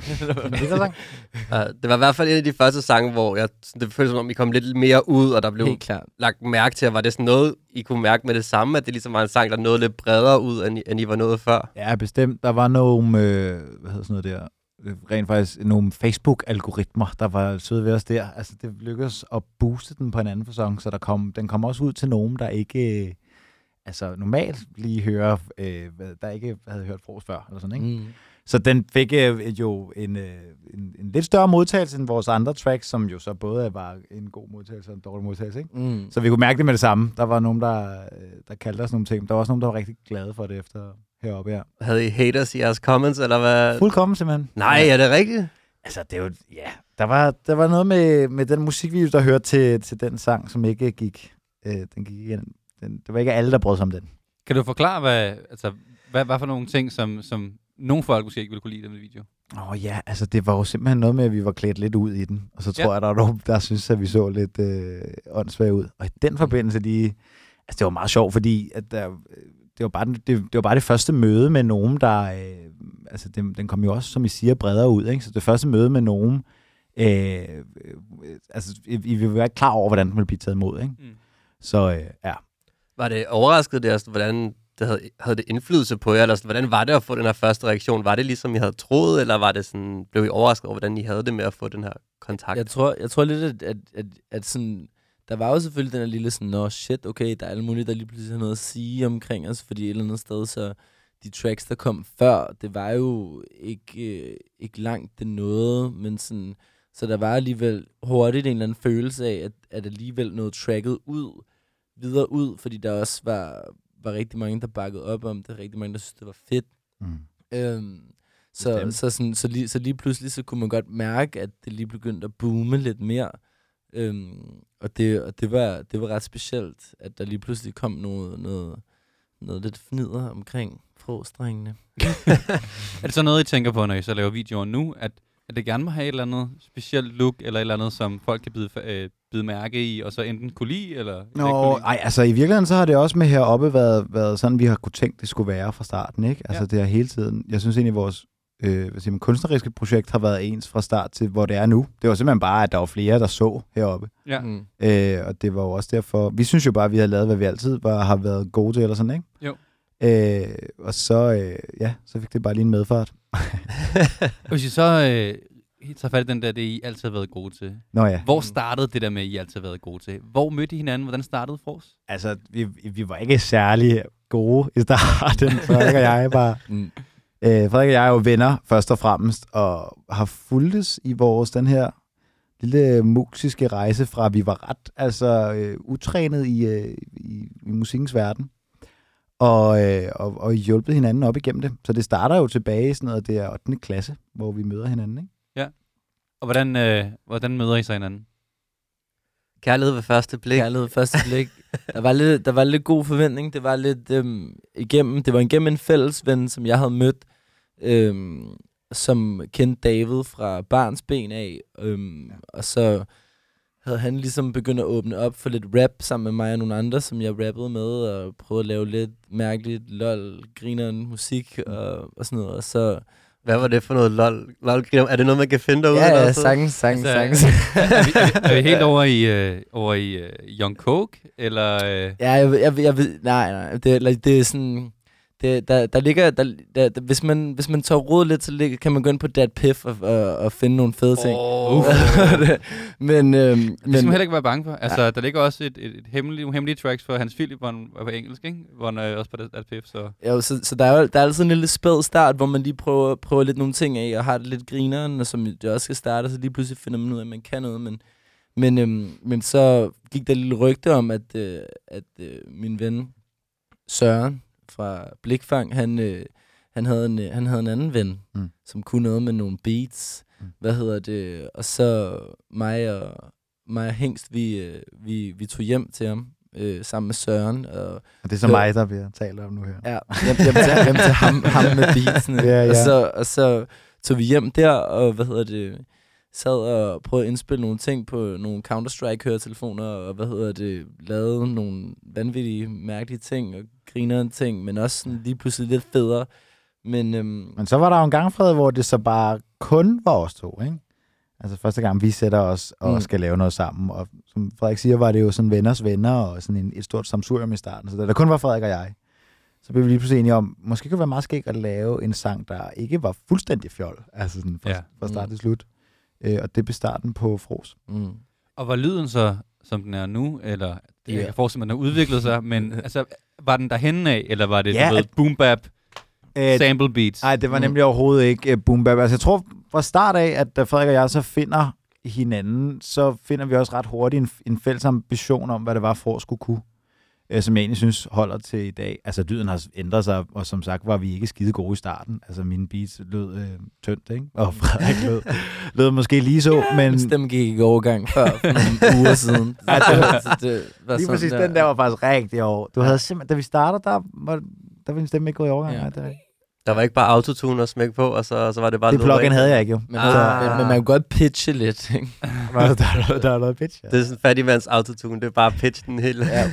det var i hvert fald en af de første sange, hvor jeg, det føltes som om, I kom lidt mere ud, og der blev lagt mærke til, at var det sådan noget, I kunne mærke med det samme, at det ligesom var en sang, der nåede lidt bredere ud, end I, end I var nået før? Ja, bestemt. Der var nogle, øh, hvad hedder sådan noget der, rent faktisk nogle Facebook-algoritmer, der var søde ved os der. Altså, det lykkedes at booste den på en anden facon, så der kom, den kom også ud til nogen, der ikke... altså normalt lige hører, øh, der ikke havde hørt Fros før, eller sådan, ikke? Mm. Så den fik øh, jo en, øh, en, en lidt større modtagelse end vores andre tracks, som jo så både var en god modtagelse og en dårlig modtagelse, ikke? Mm. Så vi kunne mærke det med det samme. Der var nogen, der, der kaldte os nogle ting. Der var også nogen, der var rigtig glade for det efter heroppe her. Havde I haters i jeres comments, eller hvad? Fuldkommen, simpelthen. Nej, ja. Er det rigtigt? Altså, det er jo, ja. Der var, der var noget med, med den musikvideo, der hørte til, til den sang, som ikke gik, øh, den gik igen. Den, det var ikke alle, der brød sig om den. Kan du forklare, hvad, altså, hvad, hvad for nogle ting, som, som nogle folk måske ikke ville kunne lide den video? Åh oh, ja, altså det var jo simpelthen noget med, at vi var klædt lidt ud i den. Og så tror ja. jeg, der var nogen, der synes, at vi så lidt øh, åndssvagt ud. Og i den forbindelse, de, altså det var meget sjovt, fordi at der, det, var bare, det, det var bare det første møde med nogen, der... Øh, altså den, den kom jo også, som I siger, bredere ud, ikke? Så det første møde med nogen... Øh, øh, altså, I, I ville være ikke klar over, hvordan den ville blive taget imod, ikke? Mm. Så øh, ja... Var det overrasket, det, altså, hvordan det havde, havde det indflydelse på jer? Eller hvordan var det at få den her første reaktion? Var det ligesom, I havde troet, eller var det sådan, blev I overrasket over, hvordan I havde det med at få den her kontakt? Jeg tror, jeg tror lidt, at, at, at, at sådan, der var jo selvfølgelig den her lille sådan, nå shit, okay, der er alle mulige, der lige pludselig har noget at sige omkring os, fordi et eller andet sted, så de tracks, der kom før, det var jo ikke, øh, ikke langt det noget, men sådan, så der var alligevel hurtigt en eller anden følelse af, at, at alligevel noget tracket ud, videre ud, fordi der også var, var rigtig mange, der bakkede op om det, rigtig mange, der syntes, det var fedt. Mm. Øhm, så, så, sådan, så, lige, så lige pludselig, så kunne man godt mærke, at det lige begyndte at boome lidt mere. Øhm, og det, og det, var, det var ret specielt, at der lige pludselig kom noget, noget, noget lidt fnider omkring Fros-drengene. Er det så noget, I tænker på, når I så laver videoer nu, at at det gerne må have et eller andet specielt look, eller et eller andet, som folk kan bide, øh, bide mærke i, og så enten kunne lide, eller ikke Nå, kunne lide? ej, altså i virkeligheden så har det også med heroppe været, været sådan, vi har kunne tænkt, det skulle være fra starten, ikke? Altså Ja. det har hele tiden, jeg synes egentlig, vores øh, hvad siger man, kunstneriske projekt har været ens fra start til, hvor det er nu. Det var simpelthen bare, at der var flere, der så heroppe. Ja. Mm. Øh, og det var jo også derfor, vi synes jo bare, at vi har lavet, hvad vi altid var, har været gode til, eller sådan, ikke? Jo. Øh, og så, øh, ja, så fik det bare lige en medfart. Hvis I så øh, helt tager fat i den der, det I altid har været gode til. Nå ja. Hvor startede det der med, I altid har været gode til? Hvor mødte I hinanden? Hvordan startede Fros? Altså, vi, vi var ikke særlig gode i starten, Frederik og jeg bare. Mm. Øh, Frederik og jeg er jo venner, først og fremmest, og har fulgtes i vores, den her lille musiske rejse fra, vi var ret altså øh, utrænet i, øh, i, i musikkens verden, og, øh, og, og hjulpet hinanden op igennem det. Så det starter jo tilbage i sådan noget, det er ottende klasse, hvor vi møder hinanden, ikke? Og hvordan, øh, hvordan møder I så hinanden? Kærlighed ved første blik. Kærlighed første blik. Der var lidt, der var lidt god forventning. Det var lidt øhm, igennem, det var igennem en fælles ven, som jeg havde mødt, øhm, som kendte David fra barnsben af. Øhm, ja. Og så havde han ligesom begyndt at åbne op for lidt rap sammen med mig og nogle andre, som jeg rappede med, og prøvede at lave lidt mærkeligt, lol, grineren musik og, og sådan noget. Og så Hvad var det for noget lol? lol er det noget, man kan finde derude? ja, eller ja, så? sangen, sangen, Altså, sangen. er, vi, er, vi, er vi helt over i, øh, over i øh, Young Coke? Eller, øh, Ja, jeg, ved- jeg, ved- jeg ved, nej, nej, det, eller, det er sådan, det, der, der ligger, der, der, der, hvis man, hvis man tager råd lidt, så ligger, kan man gå ind på Dat Piff og, og, og finde nogle fede ting. Oh. men, øhm, det skal man heller ikke være bange for. Altså, ja. Der ligger også et, et, et hemmelige, nogle hemmelige tracks for Hans Philip, hvor han var på engelsk, ikke? Hvor han er også på det P F, så... Jo, så, så der er jo der er altid en lille spæd start, hvor man lige prøver, prøver lidt nogle ting af, og har det lidt grineren, og som det også skal starte, så lige pludselig finder man ud af, at man kan noget. Men, men, øhm, men så gik der et lille rygte om, at, øh, at øh, min ven Søren fra Blikfang, han, øh, han, havde en, øh, han havde en anden ven, Mm. som kunne noget med nogle beats. Mm. Hvad hedder det? Og så mig og, mig og Hængst, vi, øh, vi, vi tog hjem til ham, øh, sammen med Søren, og Og det er så Ja. mig, der bliver talt om nu her. ja, hjem, hjem, til, hjem til ham, ham med beatsene. Ja, ja. Og, så, og så tog vi hjem der, og hvad hedder det, sad og prøvede at indspille nogle ting på nogle Counter-Strike-høretelefoner, og hvad hedder det, lavede nogle vanvittige, mærkelige ting, og grinerende ting, men også sådan lige pludselig lidt federe. Men øhm, Men så var der jo en gang, Fred, hvor det så bare kun var os to, ikke? Altså første gang, vi sætter os og Mm. skal lave noget sammen. Og som Frederik siger, var det jo sådan venners venner og sådan en, et stort samsurium i starten. Så da der kun var Frederik og jeg, så blev vi lige pludselig enige om, måske kunne det være meget skægt at lave en sang, der ikke var fuldstændig fjol. Altså sådan fra, Ja. ja. fra start til slut. Øh, og det blev starten på Fros. mm. Og var lyden så, som den er nu, eller... Det, jeg Ja. kan forestille mig, at den har udviklet sig, men altså, var den derhenne af, eller var det, Ja, du ved, at- boom bap, Øh, sample beats? Nej, det var Mm. nemlig overhovedet ikke uh, boom bap. Altså jeg tror fra start af, at da Frederik og jeg så finder hinanden, så finder vi også ret hurtigt en, en fælles ambition om, hvad det var, Fros skulle kunne. Uh, som jeg egentlig synes holder til i dag. Altså lyden har ændret sig, og som sagt var vi ikke skide gode i starten. Altså mine beats lød uh, tyndt, ikke? Og Frederik lød, lød måske lige så, men... Min stemme gik ikke overgang før, for nogle uger siden. Ja, det var- Så det var Lige sådan præcis, den der var faktisk rigtig over. Du havde simpelthen, da vi starter, der var, der var din stemme ikke gået i overgang. Ja. Ja. Det, er rigtigt. Der var ikke bare autotune og smæk på, og så, så var det bare... det lyd plugin af. havde jeg ikke jo. Men, Ah. men, men man kunne godt pitche lidt, ikke? der, der, der er noget pitch. Ja. Det er sådan en fattigmands autotune, det er bare pitch den hele. Ja.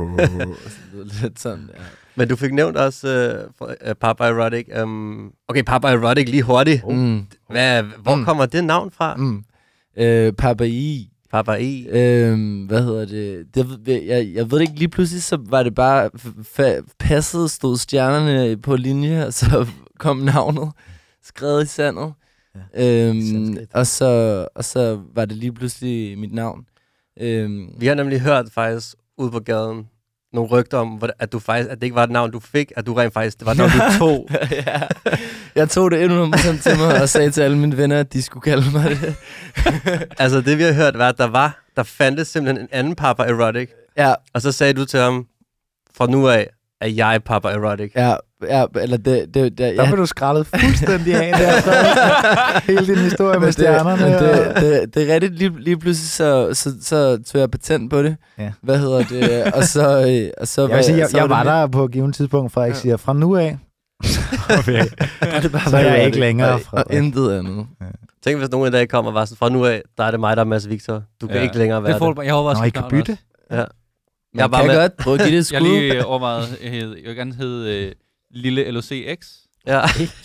lidt sådan, ja. Men du fik nævnt også uh, uh, Papa Erotic. Um, okay, Papa Erotic lige hurtigt. Mm. Hvad, hvor Mm. kommer det navn fra? Mm. Øh, Papa I. Papa E. Øhm, hvad hedder det? det ved- jeg, jeg ved det ikke, lige pludselig så var det bare f- fa- passet, stod stjernerne på linje, og så kom navnet skrevet i sandet. Ja. Øhm, Sanskrit. og, så, og så var det lige pludselig mit navn. Øhm, Vi har nemlig hørt faktisk ude på gaden nogle rygter om, hvor- at, du faktisk, at det ikke var et navn, du fik, at du rent faktisk, det var et navn, du tog. ja. Jeg tog det hundrede procent til mig og sagde til alle mine venner, at de skulle kalde mig det. Altså det vi har hørt var, at der var, der fandtes simpelthen en anden Papa Erotic, Ja, og så sagde du til ham, fra nu af er jeg Papa Erotic. ja, ja, eller det, det, det Der ja. blev du skrællet fuldstændig af der. Frederik. Hele din historie med Men stjernerne. Det, men og- det, det, det er rigtigt, lige, lige pludselig så, så, så tog jeg patent på det. Ja. Hvad hedder det? Og så, øh, og så Jeg vil sige, jeg, så jeg det var mit- der på et givet tidspunkt, Frederik Ja. siger, fra nu af, Og det bare så er jeg var ikke det. længere og, og Frederik. intet andet. Ja. Tænk, hvis nogen en dag kommer og var sådan, fra nu af, der er det mig, der er Mads Victor. Du kan Ja. ikke længere være Det får, det. jeg overvejer, Nå, I kan bytte? Ja. Jeg Jeg er bare kan med. godt prøve at give det et Jeg skud. har lige øh, overvejet, jeg, hed, jeg vil gerne hedde øh, Lille L O C X. Ja.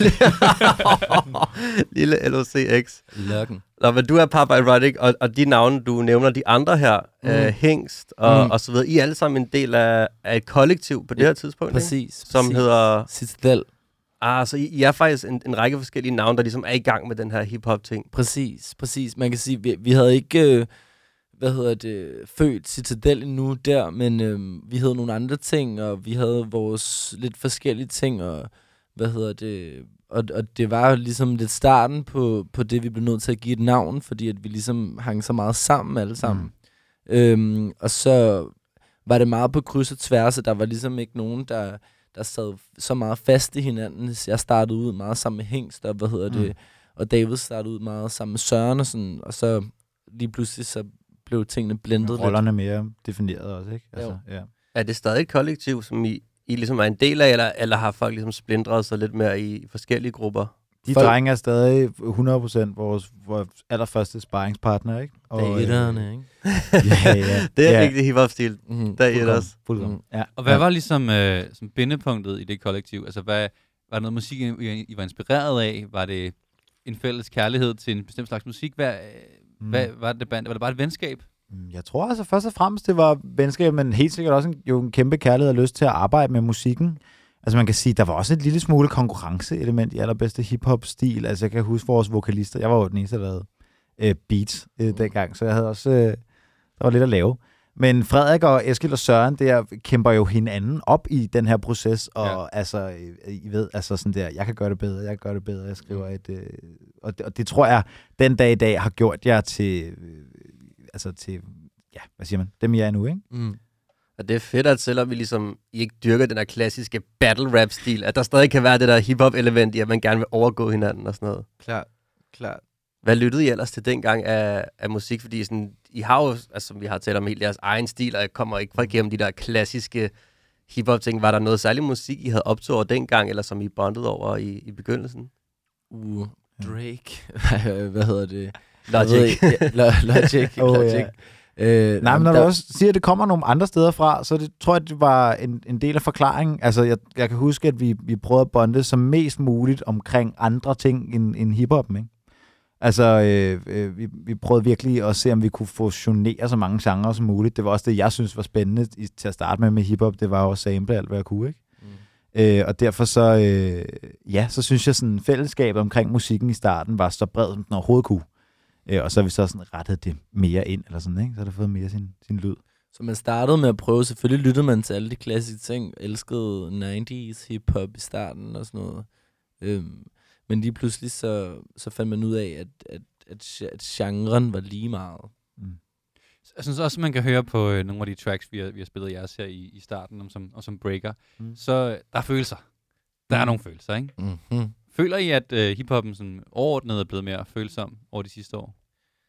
Lille L O C X. Lokken. Nå, men du er Papa Erotic, og, og de navne, du nævner, de andre her, mm. øh, Hængst og, Mm. og så videre, I er alle sammen en del af, af et kollektiv på det her tidspunkt, ikke? Præcis. Som præcis. hedder... Citadel. Ah, så I, I er faktisk en, en række forskellige navne, der ligesom er i gang med den her hip-hop-ting. Præcis, præcis. Man kan sige, vi, vi havde ikke, øh, hvad hedder det, født Citadel endnu der, men øh, vi havde nogle andre ting, og vi havde vores lidt forskellige ting, og hvad hedder det, og, og det var ligesom lidt starten på, på det, vi blev nødt til at give et navn, fordi at vi ligesom hang så meget sammen alle sammen. Mm. Øhm, og så var det meget på kryds og tværs, og der var ligesom ikke nogen, der... der sad så meget fast i hinanden. Jeg startede ud meget sammen med Hængst, og hvad hedder det, og David startede ud meget sammen med Søren, og, sådan, og så lige pludselig så blev tingene blendet lidt. Rollerne mere defineret også, ikke? Altså, ja. Er det stadig et kollektiv, som I, I ligesom er en del af, eller, eller har folk ligesom splindret sig lidt mere i forskellige grupper? De Folk- drenge er stadig hundrede procent vores, vores allerførste sparringspartner, ikke? Og, Daterne, ikke? ja, ja. Det er ja. rigtig hip-hop-stil. Mm. Der er I også. Fuldkommen. Ja. Og hvad ja. var ligesom øh, som bindepunktet i det kollektiv? Altså, hvad, var det noget musik, I, I var inspireret af? Var det en fælles kærlighed til en bestemt slags musik? Hvad, mm. hvad var det band? Var det bare et venskab? Jeg tror altså først og fremmest, det var venskab, men helt sikkert også en, jo en kæmpe kærlighed og lyst til at arbejde med musikken. Altså man kan sige, der var også et lille smule konkurrenceelement i allerbedste hip-hop-stil. Altså jeg kan huske vores vokalister. Jeg var jo den eneste, der lavede øh, beats øh, dengang, så jeg havde også, øh, der var lidt at lave. Men Frederik og Eskild og Søren, der kæmper jo hinanden op i den her proces, og ja. altså, I ved, altså sådan der, jeg kan gøre det bedre, jeg kan gøre det bedre, jeg skriver et, øh, og, det, og det tror jeg, den dag i dag har gjort jer til, øh, altså til, ja, hvad siger man, dem I er nu, ikke? Mm. Og det er fedt, at selvom vi ligesom I ikke dyrker den her klassiske battle rap stil, at der stadig kan være det der hip-hop element i, at man gerne vil overgå hinanden og sådan noget. Klart, klart. Hvad lyttede I ellers til dengang af, af musik? Fordi sådan, I har jo, altså, som vi har talt om, helt jeres egen stil, og jeg kommer ikke fra igennem de der klassiske hip-hop-ting. Var der noget særlig musik, I havde optaget over dengang, eller som I bondede over i, i begyndelsen? Uh, Drake. Hvad hedder det? Logic. Jeg ved ikke- ja, Lo- Logic. Oh, Logic. ja. Øh, Nej, men når der, du også siger, at det kommer nogle andre steder fra, så det, tror jeg, det var en, en del af forklaringen. Altså, jeg, jeg kan huske, at vi, vi prøvede at bonde som mest muligt omkring andre ting end, end hiphoppen, ikke? Altså, øh, øh, vi, vi prøvede virkelig at se, om vi kunne fusionere så mange genrer som muligt. Det var også det, jeg synes var spændende i, til at starte med med hiphop. Det var jo at sample alt, hvad jeg kunne, ikke? Mm. Øh, og derfor så, øh, ja, så synes jeg, sådan fællesskabet omkring musikken i starten var så bred, som den overhovedet kunne. Øh, og så har vi så sådan rettet det mere ind, eller sådan, ikke? Så har det fået mere sin, sin lyd. Så man startede med at prøve, selvfølgelig lyttede man til alle de klassiske ting, elskede nioghalvfems hip-hop i starten og sådan noget. Øhm, men lige pludselig så, så fandt man ud af, at, at, at, at genren var lige meget. Mm. Jeg synes også, man kan høre på øh, nogle af de tracks, vi har, vi har spillet jeres her i, i starten, om som, og som breaker. Mm. Så øh, der er følelser. Der mm. er nogle følelser, ikke? Mm-hmm. Føler I, at øh, hiphoppen sådan overordnet er blevet mere følsom over de sidste år?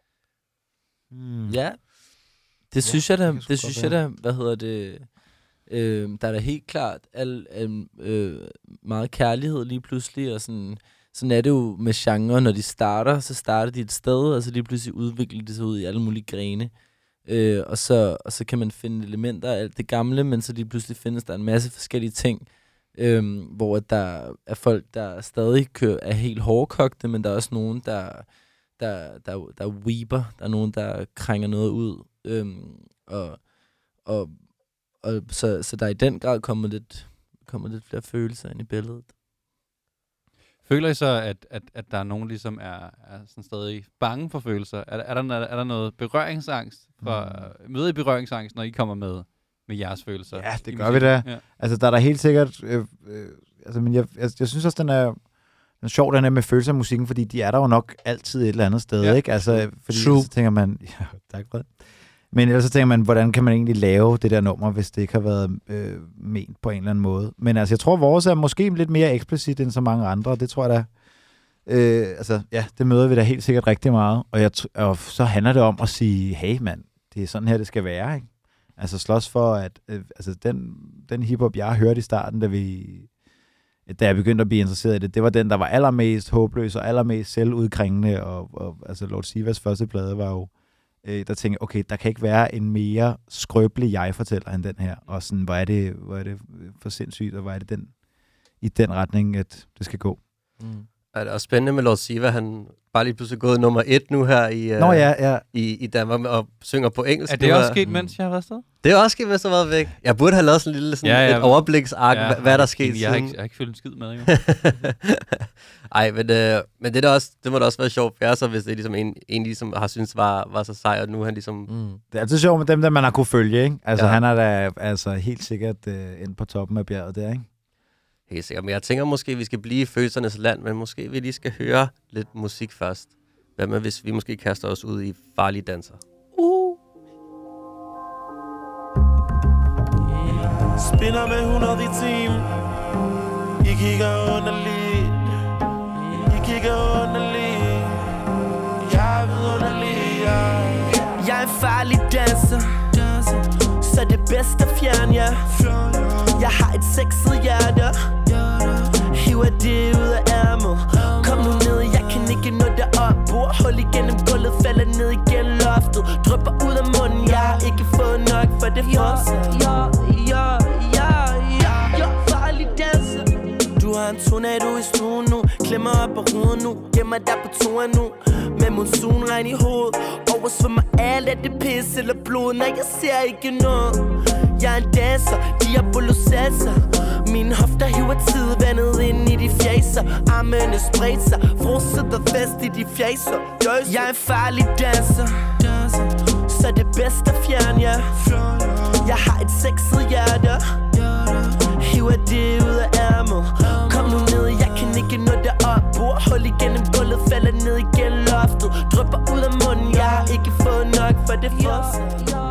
Mm. Ja, det Ja, synes jeg da. det kan Det, sgu det godt synes jeg være. da. Hvad hedder det? Øh, der er da helt klart al, al, øh, meget kærlighed lige pludselig, og sådan, sådan er det jo med genre, når de starter, så starter de et sted, og så lige pludselig udvikler de sig ud i alle mulige grene. Øh, og, så, og så kan man finde elementer af alt det gamle, men så lige pludselig findes der en masse forskellige ting, øh, hvor der er folk, der stadig kører, er helt hårdkogte, men der er også nogen, der der, der, der weeper, der er nogen, der krænger noget ud, øhm, og, og, og så, så der er i den grad kommet lidt, kommet lidt flere følelser ind i billedet. Føler I så, at, at, at der er nogen, ligesom er, er sådan stadig bange for følelser? Er, er, der, er der noget berøringsangst? For, mm. Møder I berøringsangst, når I kommer med, med jeres følelser? Ja, det i gør vi da. Ja. Altså, der er der helt sikkert... Øh, øh, altså, men jeg, jeg, jeg synes også, den er... Den er sjov, den er med følelser af musikken, fordi de er der jo nok altid et eller andet sted, Ja. ikke? Altså, fordi True. så tænker man... Ja, tak for det. Men ellers så tænker man, hvordan kan man egentlig lave det der nummer, hvis det ikke har været øh, ment på en eller anden måde. Men altså, jeg tror, vores er måske lidt mere eksplicit end så mange andre, og det tror jeg da... Øh, altså, ja, det møder vi da helt sikkert rigtig meget. Og, jeg, og så handler det om at sige, hey mand, det er sådan her, det skal være, ikke? Altså slås for, at øh, altså, den, den hiphop, jeg har hørt i starten, da vi... da jeg begyndte at blive interesseret i det, det var den, der var allermest håbløs og allermest selvudkringende, og, og altså Lord Sivas første plade var jo, øh, der tænkte jeg, okay, der kan ikke være en mere skrøbelig jeg-fortæller end den her, og sådan, hvor er det, hvor er det for sindssygt, og hvor er det den, i den retning, at det skal gå. Mm. Er det også spændende med Lord Siva, han bare lige pludselig gået nummer et nu her i, uh, Nå, ja, ja. i, i Danmark og synger på engelsk. Er det også sket, mens jeg har været afsted? Det er også sket, mens jeg har været væk. Jeg burde have lavet sådan en lille sådan ja, ja, et overbliksark, ja, hvad, hvad der er sket jeg, jeg, har ikke, jeg har ikke følt en skid med, jo. Ej, men, øh, men det, der også, det må da også være sjovt for jer, så hvis det er ligesom en, en ligesom har syntes var, var så sej, og nu han ligesom... Mm. Det er altid sjovt med dem, der man har kunne følge, ikke? Altså, ja. han er da altså, helt sikkert øh, ind på toppen af bjerget der, ikke? Helt sikkert. Men jeg tænker måske, vi skal blive i følelsernes land, men måske vi lige skal høre lidt musik først. Hvad med, hvis vi måske kaster os ud i farlige danser? Uh. Spinner med hundrede i timen. I kigger underligt. I kigger underligt. Jeg er vidunderlig. Jeg er en farlig danser. Så det bedste fjern jer. Jeg har et sexet hjerte. Hiver det ud af ærmet. Kom nu ned, jeg kan ikke nå det op. Bor hul igennem gulvet, falder ned igen loftet. Drypper ud af munden, jeg har ikke fået nok for det første. Ja, ja, ja, ja, ja, farlig danser. Du har en tornado i stuen nu. Klemmer op på ruden nu. Gemmer dig på toren nu. Med monsunregn i hovedet. Oversvømmer alt af det pisse eller blod. Nej, jeg ser ikke noget. Jeg er en danser, diabolo salsa. Mine hofter hiver tidvandet ind i de fjaser. Armene spredt sig, frus sidder fast i de fjaser. Jeg er en farlig danser, så det bedste fjern jer. Jeg har et sexet hjerte. Hiver det ud af ærmet. Kom nu ned, jeg kan ikke nå det op. Bor hul igennem gulvet, falder ned igen loftet. Drypper ud af munden, jeg har ikke fået nok for det første.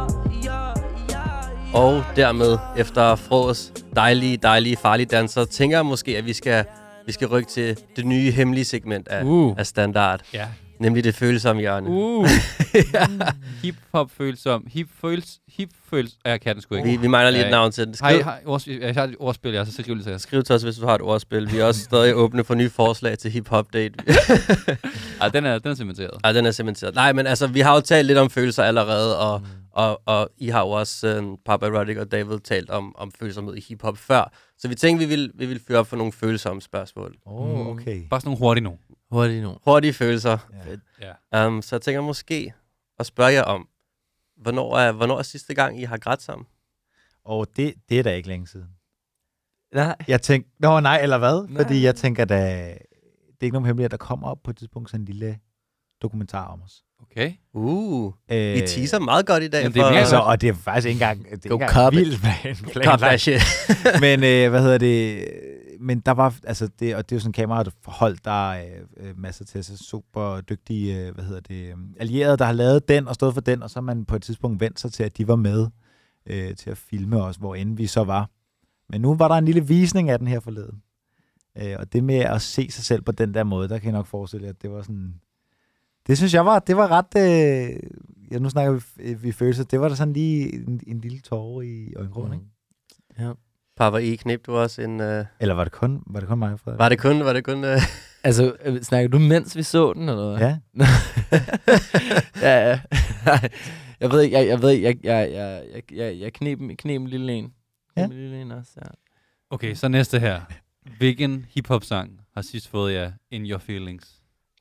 Og dermed, efter Frås dejlige, dejlige, farlige danser, tænker jeg måske, at vi skal, vi skal rykke til det nye hemmelige segment af, uh. af standard. Ja. Nemlig det følsomme hjørne. Uh. ja. Hip-hop følsom. Hip-føls... Hip-føls... Jeg kan den sgu ikke. Vi, vi mangler lige et navn til den. Skriv... Hej, hej, jeg har et ordspil, jeg har så skriv det til jer. Skriv til os, hvis du har et ordspil. Vi er også stadig åbne for nye forslag til hip-hop-date. Ej, den er, den er cementeret. Ej, den er cementeret. Nej, men altså, vi har jo talt lidt om følelser allerede, og, mm. og, og I har jo også, uh, Papa Erotic og David, talt om, om følsomhed i hip-hop før. Så vi tænkte, vi ville, vi ville fyre op for nogle følsomme spørgsmål. Åh, oh, okay. Bare sådan nogle hurtige nu. Hurtige nu. Hurtige følelser. Ja. Ja. Um, så jeg tænker måske at spørge jer om, hvornår er, hvornår er sidste gang, I har grædt sammen? Og det, det er da ikke længe siden. Nej. Jeg tænker, nå nej, eller hvad? Nej. Fordi jeg tænker, da, det er ikke nogen hemmelighed, der kommer op på et tidspunkt sådan en lille dokumentar om os. Okay. Uh, øh, I teaser meget godt i dag. Jamen, det er altså, og det er faktisk ikke engang, det er ikke engang vildt med en plan. Men øh, hvad hedder det... Men der var, altså det, og det er jo sådan en kamerahold, der er øh, masser til sig super dygtige, øh, hvad hedder det, allierede, der har lavet den og stået for den, og så har man på et tidspunkt vendt sig til, at de var med øh, til at filme os, hvor end vi så var. Men nu var der en lille visning af den her forleden. Øh, og det med at se sig selv på den der måde, der kan jeg nok forestille, at det var sådan, det synes jeg var, det var ret, øh, ja nu snakker vi, vi følelser, det var der sådan lige en, en lille tårer i øjenkrogen, ikke? Ja. Papa, I knep du også en... Uh... Eller var det kun, var det kun mig, Frederik? Var det kun... Var det kun uh... altså, øh, snakker du mens vi så den, eller hvad? Ja. ja, ja. jeg ved ikke, jeg, jeg ved ikke, jeg, jeg, jeg, jeg, jeg, jeg knep, knep en lille en. Ja. En lille en også, ja. Okay, så næste her. Hvilken hiphop-sang har sidst fået jer In Your Feelings?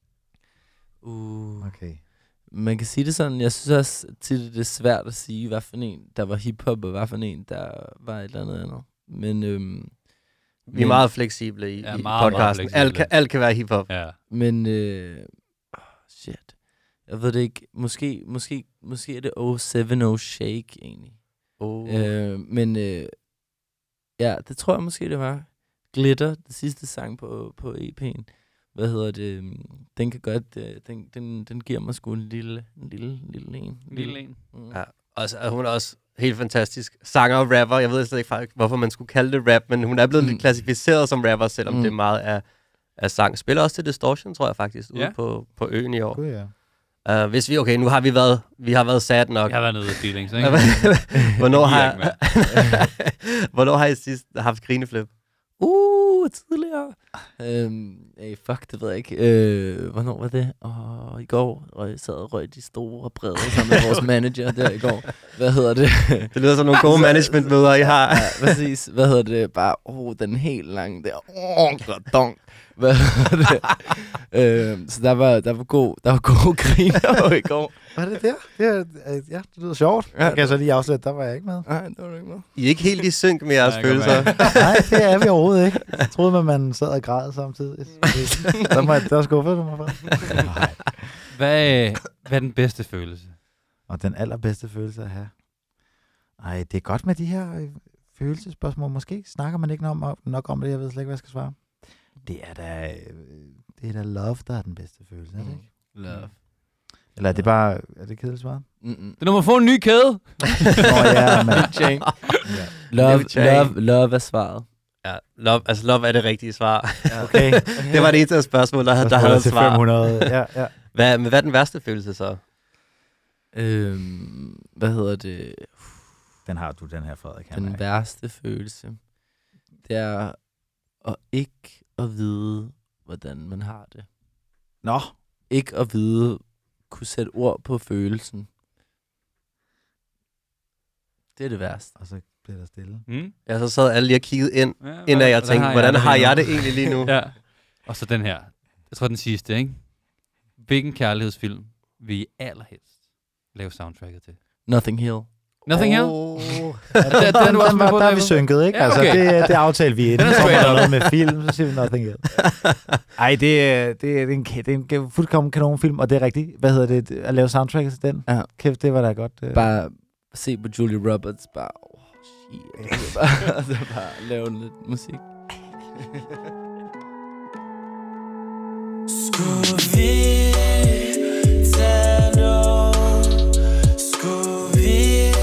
Uh. Okay. Man kan sige det sådan, jeg synes også tit, det er svært at sige, hvad for en, der var hiphop, og hvad for en, der var et eller andet andet. Men, øhm, vi er meget fleksible i, ja, i meget, podcasten. Meget alt, kan, alt kan være hiphop. Ja. Men, øh, oh, shit. Jeg ved det ikke. Måske, måske, måske er det oh seven oh Shake, egentlig. Oh. Øh, men, øh, ja, det tror jeg måske, det var. Glitter, det sidste sang på, på E P'en. Hvad hedder det? Den kan godt, den, den, den giver mig sgu en lille, en lille, lille en. Lille en. Mm. Ja, altså, hun er også helt fantastisk sanger og rapper. Jeg ved slet ikke faktisk, hvorfor man skulle kalde det rap, men hun er blevet mm. lidt klassificeret som rapper, selvom mm. det er meget af, af sang. Spiller også til Distortion, tror jeg faktisk, ude ja. på, på øen i år. God, ja. Uh, hvis vi, okay, nu har vi været, vi har været sad nok. Jeg har været nede i feelings, ikke? hvornår, har, hvornår har I sidst haft grineflip? Uh, uger tidligere. Øhm, hey, fuck, det ved jeg ikke. Øh, hvornår var det? Åh, i går. Og jeg sad og røg de store brede sammen med vores manager der i går. Hvad hedder det? Det lyder som nogle gode managementmøder, I har. Ja, præcis. Hvad hedder det? Bare, åh, oh, den helt lange der. Åh, oh, dong. Hvad hedder det? øhm, så der var, der var god, der var god griner i går. Var det der? Det er, øh, ja, det lyder sjovt. Ja, jeg kan så lige afsløre, der var jeg ikke med. Nej, det var du ikke med. I er ikke helt i synk med jeres Nej, følelser. Nej, det er vi overhovedet ikke. Jeg troede, man, man sad og græd samtidig. Der, må jeg, der skuffede du mig for. Nej. Hvad, hvad er den bedste følelse? Og den allerbedste følelse at have. Ej, det er godt med de her øh, følelsespørgsmål. Måske snakker man ikke nok om, nok om det. Jeg ved slet ikke, hvad jeg skal svare. Det er da, øh, det er da love, der er den bedste følelse, er det ikke? Love. Eller er det bare, er det kedeligt svaret? Mm-mm. Det er, når man får en ny kæde. Nå ja, men... Chain. ja. Love, New chain. love, love er svaret. Ja, love, altså love er det rigtige svar. Okay. Det var det eneste spørgsmål, der, der Der havde havde et til svar. fem hundrede. Ja, ja. Hvad, men hvad er den værste følelse så? Øhm, hvad hedder det? Den har du, den her, Frederik. Han Den er- værste følelse, det er at ikke at vide, hvordan man har det. Nå, Ikke at vide, kunne sætte ord på følelsen. Det er det værste. og så bliver der stille. Mm. Jeg så sad alle lige og kiggede ind, Ja, inden jeg hvordan tænkte, hvordan har lige jeg nu? det egentlig lige nu? Ja. Og så den her. Jeg tror, den sidste, ikke? Hvilken kærlighedsfilm vil I allerhelst lave soundtracket til? Nothing Hill. Nothing Hill? Oh. Ja, den- den er den, du også den, med var, på, der er vi David. synket, ikke? Ja, Altså, okay. det, det aftalte vi inden. Den er Kommer straight der up. noget med film, så siger vi nothing else. Ej, det, er- det, er- det, er en, ka- det er en fuldkommen kanonfilm, og det er rigtigt. Hvad hedder det? At lave soundtracket til den? Ja. Kæft, det var da godt. øh. Bare se på Julia Roberts, bare, oh, shit. Det er bare, det er bare lave lidt musik. Skulle vi tage noget? Skulle vi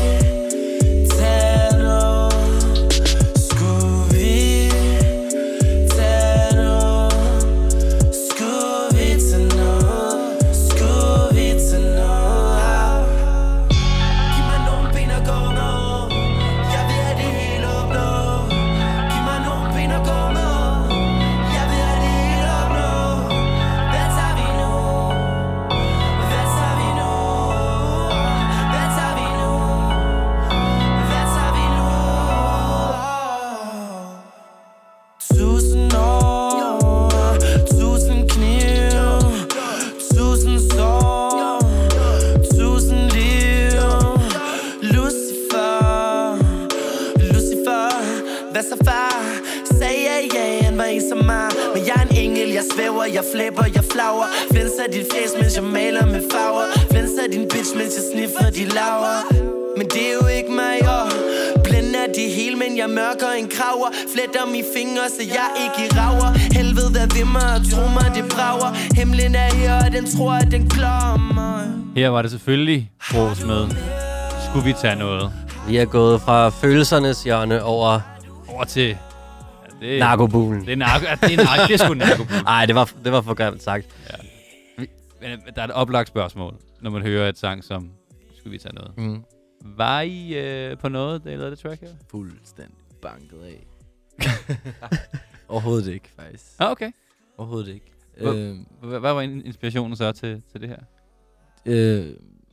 tage noget? Skulle vi tage noget? Skulle vi tage noget? Skulle vi tage noget? Giv mig nogle ben at gå med. Jeg vil have det hele opnået. Giv mig nogle ben at gå med. Jeg vil have det hele opnået. Hvad tager vi nu? Hvad tager vi nu? Hvad tager vi nu? Hvad tager vi nu? Tusind år, tusind knive, tusind sår, tusind liv. Lucifer, Lucifer, hvad så far? Sagde jeg ja, han var ikke som mig. Men jeg er en engel, jeg svæver, jeg flæber, jeg flagrer. Flænser dit fjes, mens jeg maler med farver. Flænser din bitch, mens jeg sniffer de laver. Men det er jo ikke mig, og blænder det hele, men jeg mørker en kraver. Fletter mine fingre, så jeg ikke i rager. Helvede er ved mig, og tro mig, det brager. Himlen er her, og den tror, at den klammer. Her var det selvfølgelig Ros med. Skulle vi tage noget? Vi er gået fra følelsernes hjørne over Over til... Ja, det, narkobulen. det er narko. Ja, det er narko. Det er sgu narko. Nej, det var, det var for grimt sagt. Men der er et oplagt spørgsmål, når man hører et sang som Skulle vi tage noget? Mm. Var I øh, på noget, da I lavede det track her? Fuldstændig banket af. Overhovedet ikke, faktisk. Ah, okay. Overhovedet ikke. Hvor- Øh, Hvad hvad var in- inspirationen så til, til det her? øh,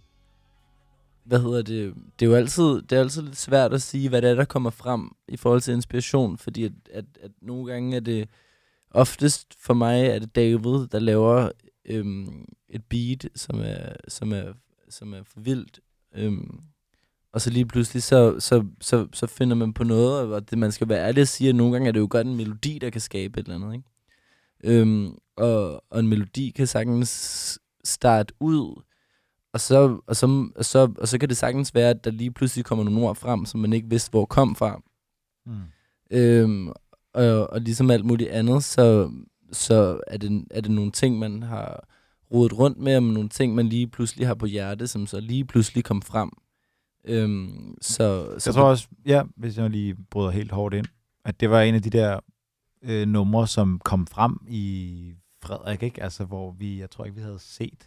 hvad hedder det? Det er jo altid, det er altid lidt svært at sige, hvad det er, der kommer frem i forhold til inspiration, fordi at, at, at nogle gange er det, oftest for mig er det David, der laver øhm, et beat, som er, som er, som er for vildt. Øhm, og så lige pludselig, så, så, så, så finder man på noget, og det, man skal være ærlig at sige, at nogle gange er det jo godt en melodi, der kan skabe et eller andet, ikke? Øhm, og, og en melodi kan sagtens starte ud, og så, og, så, og, så, og så kan det sagtens være, at der lige pludselig kommer nogle ord frem, som man ikke vidste, hvor kom fra. Mm. Øhm, og, og ligesom alt muligt andet, så, så er, det, er det nogle ting, man har rodet rundt med, og nogle ting, man lige pludselig har på hjerte, som så lige pludselig kom frem. Øhm, så, så Jeg tror også, ja, hvis jeg lige bryder helt hårdt ind, at det var en af de der øh, numre, som kom frem i Frederik, ikke? Altså, hvor vi, jeg tror ikke, vi havde set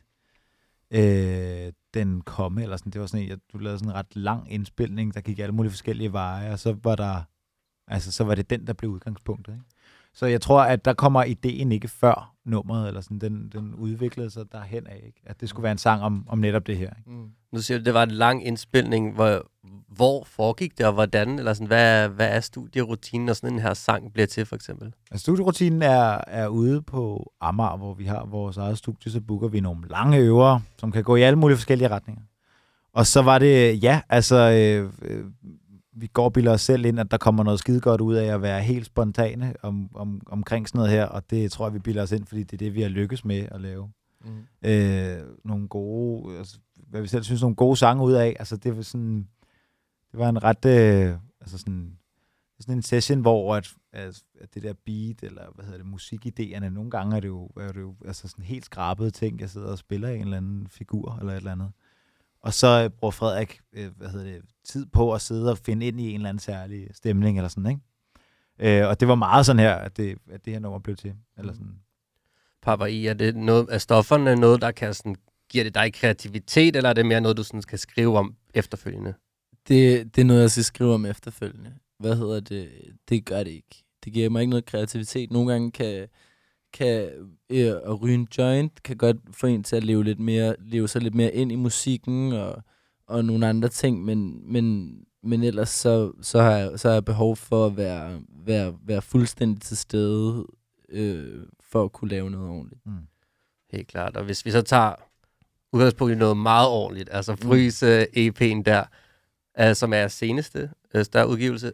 øh, den komme, eller sådan. Det var sådan en, at du lavede sådan en ret lang indspilning, der gik alle mulige forskellige veje, og så var der, altså, så var det den, der blev udgangspunktet, ikke? Så jeg tror, at der kommer ideen ikke før nummeret, eller sådan, den, den udviklede sig derhen af, ikke? At det skulle være en sang om, om netop det her. Ikke? Mm. Nu siger du, det var en lang indspilning. Hvor, hvor foregik det, og hvordan? Eller sådan, hvad, hvad er studierutinen, når sådan en her sang bliver til, for eksempel? Altså, studierutinen er, er ude på Amager, hvor vi har vores eget studie, så booker vi nogle lange øver, som kan gå i alle mulige forskellige retninger. Og så var det, ja, altså, øh, øh, vi går og bilder os selv ind, at der kommer noget skide godt ud af at være helt spontane om, om, omkring sådan noget her, og det tror jeg, vi bilder os ind, fordi det er det, vi har lykkes med at lave. Mm. Øh, nogle gode, altså, hvad vi selv synes, nogle gode sange ud af. Altså, det var sådan, det var en ret, øh, altså sådan, sådan en session, hvor at, at, at det der beat, eller hvad hedder det, musikidéerne, nogle gange er det jo, er det jo altså sådan helt skrabede ting, jeg sidder og spiller i en eller anden figur, eller et eller andet. Og så bruger Frederik, øh, hvad hedder det, tid på at sidde og finde ind i en eller anden særlig stemning, eller sådan, ikke? Øh, og det var meget sådan her, at det, at det her nummer blev til, eller sådan. Papa I, er det noget af stofferne noget, der kan sådan, giver det dig kreativitet, eller er det mere noget, du sådan skal skrive om efterfølgende? Det, det er noget, jeg skal skrive om efterfølgende. Hvad hedder det? Det gør det ikke. Det giver mig ikke noget kreativitet. Nogle gange kan, kan øh, at ryge en joint kan godt få en til at leve lidt mere, leve sig lidt mere ind i musikken og, og nogle andre ting, men, men, men ellers så, så, har jeg, så har jeg behov for at være, være, være fuldstændig til stede øh, for at kunne lave noget ordentligt. Mm. Helt klart. Og hvis vi så tager udgangspunkt i noget meget ordentligt, altså Frys uh, E P'en der, uh, som er seneste uh, større udgivelse,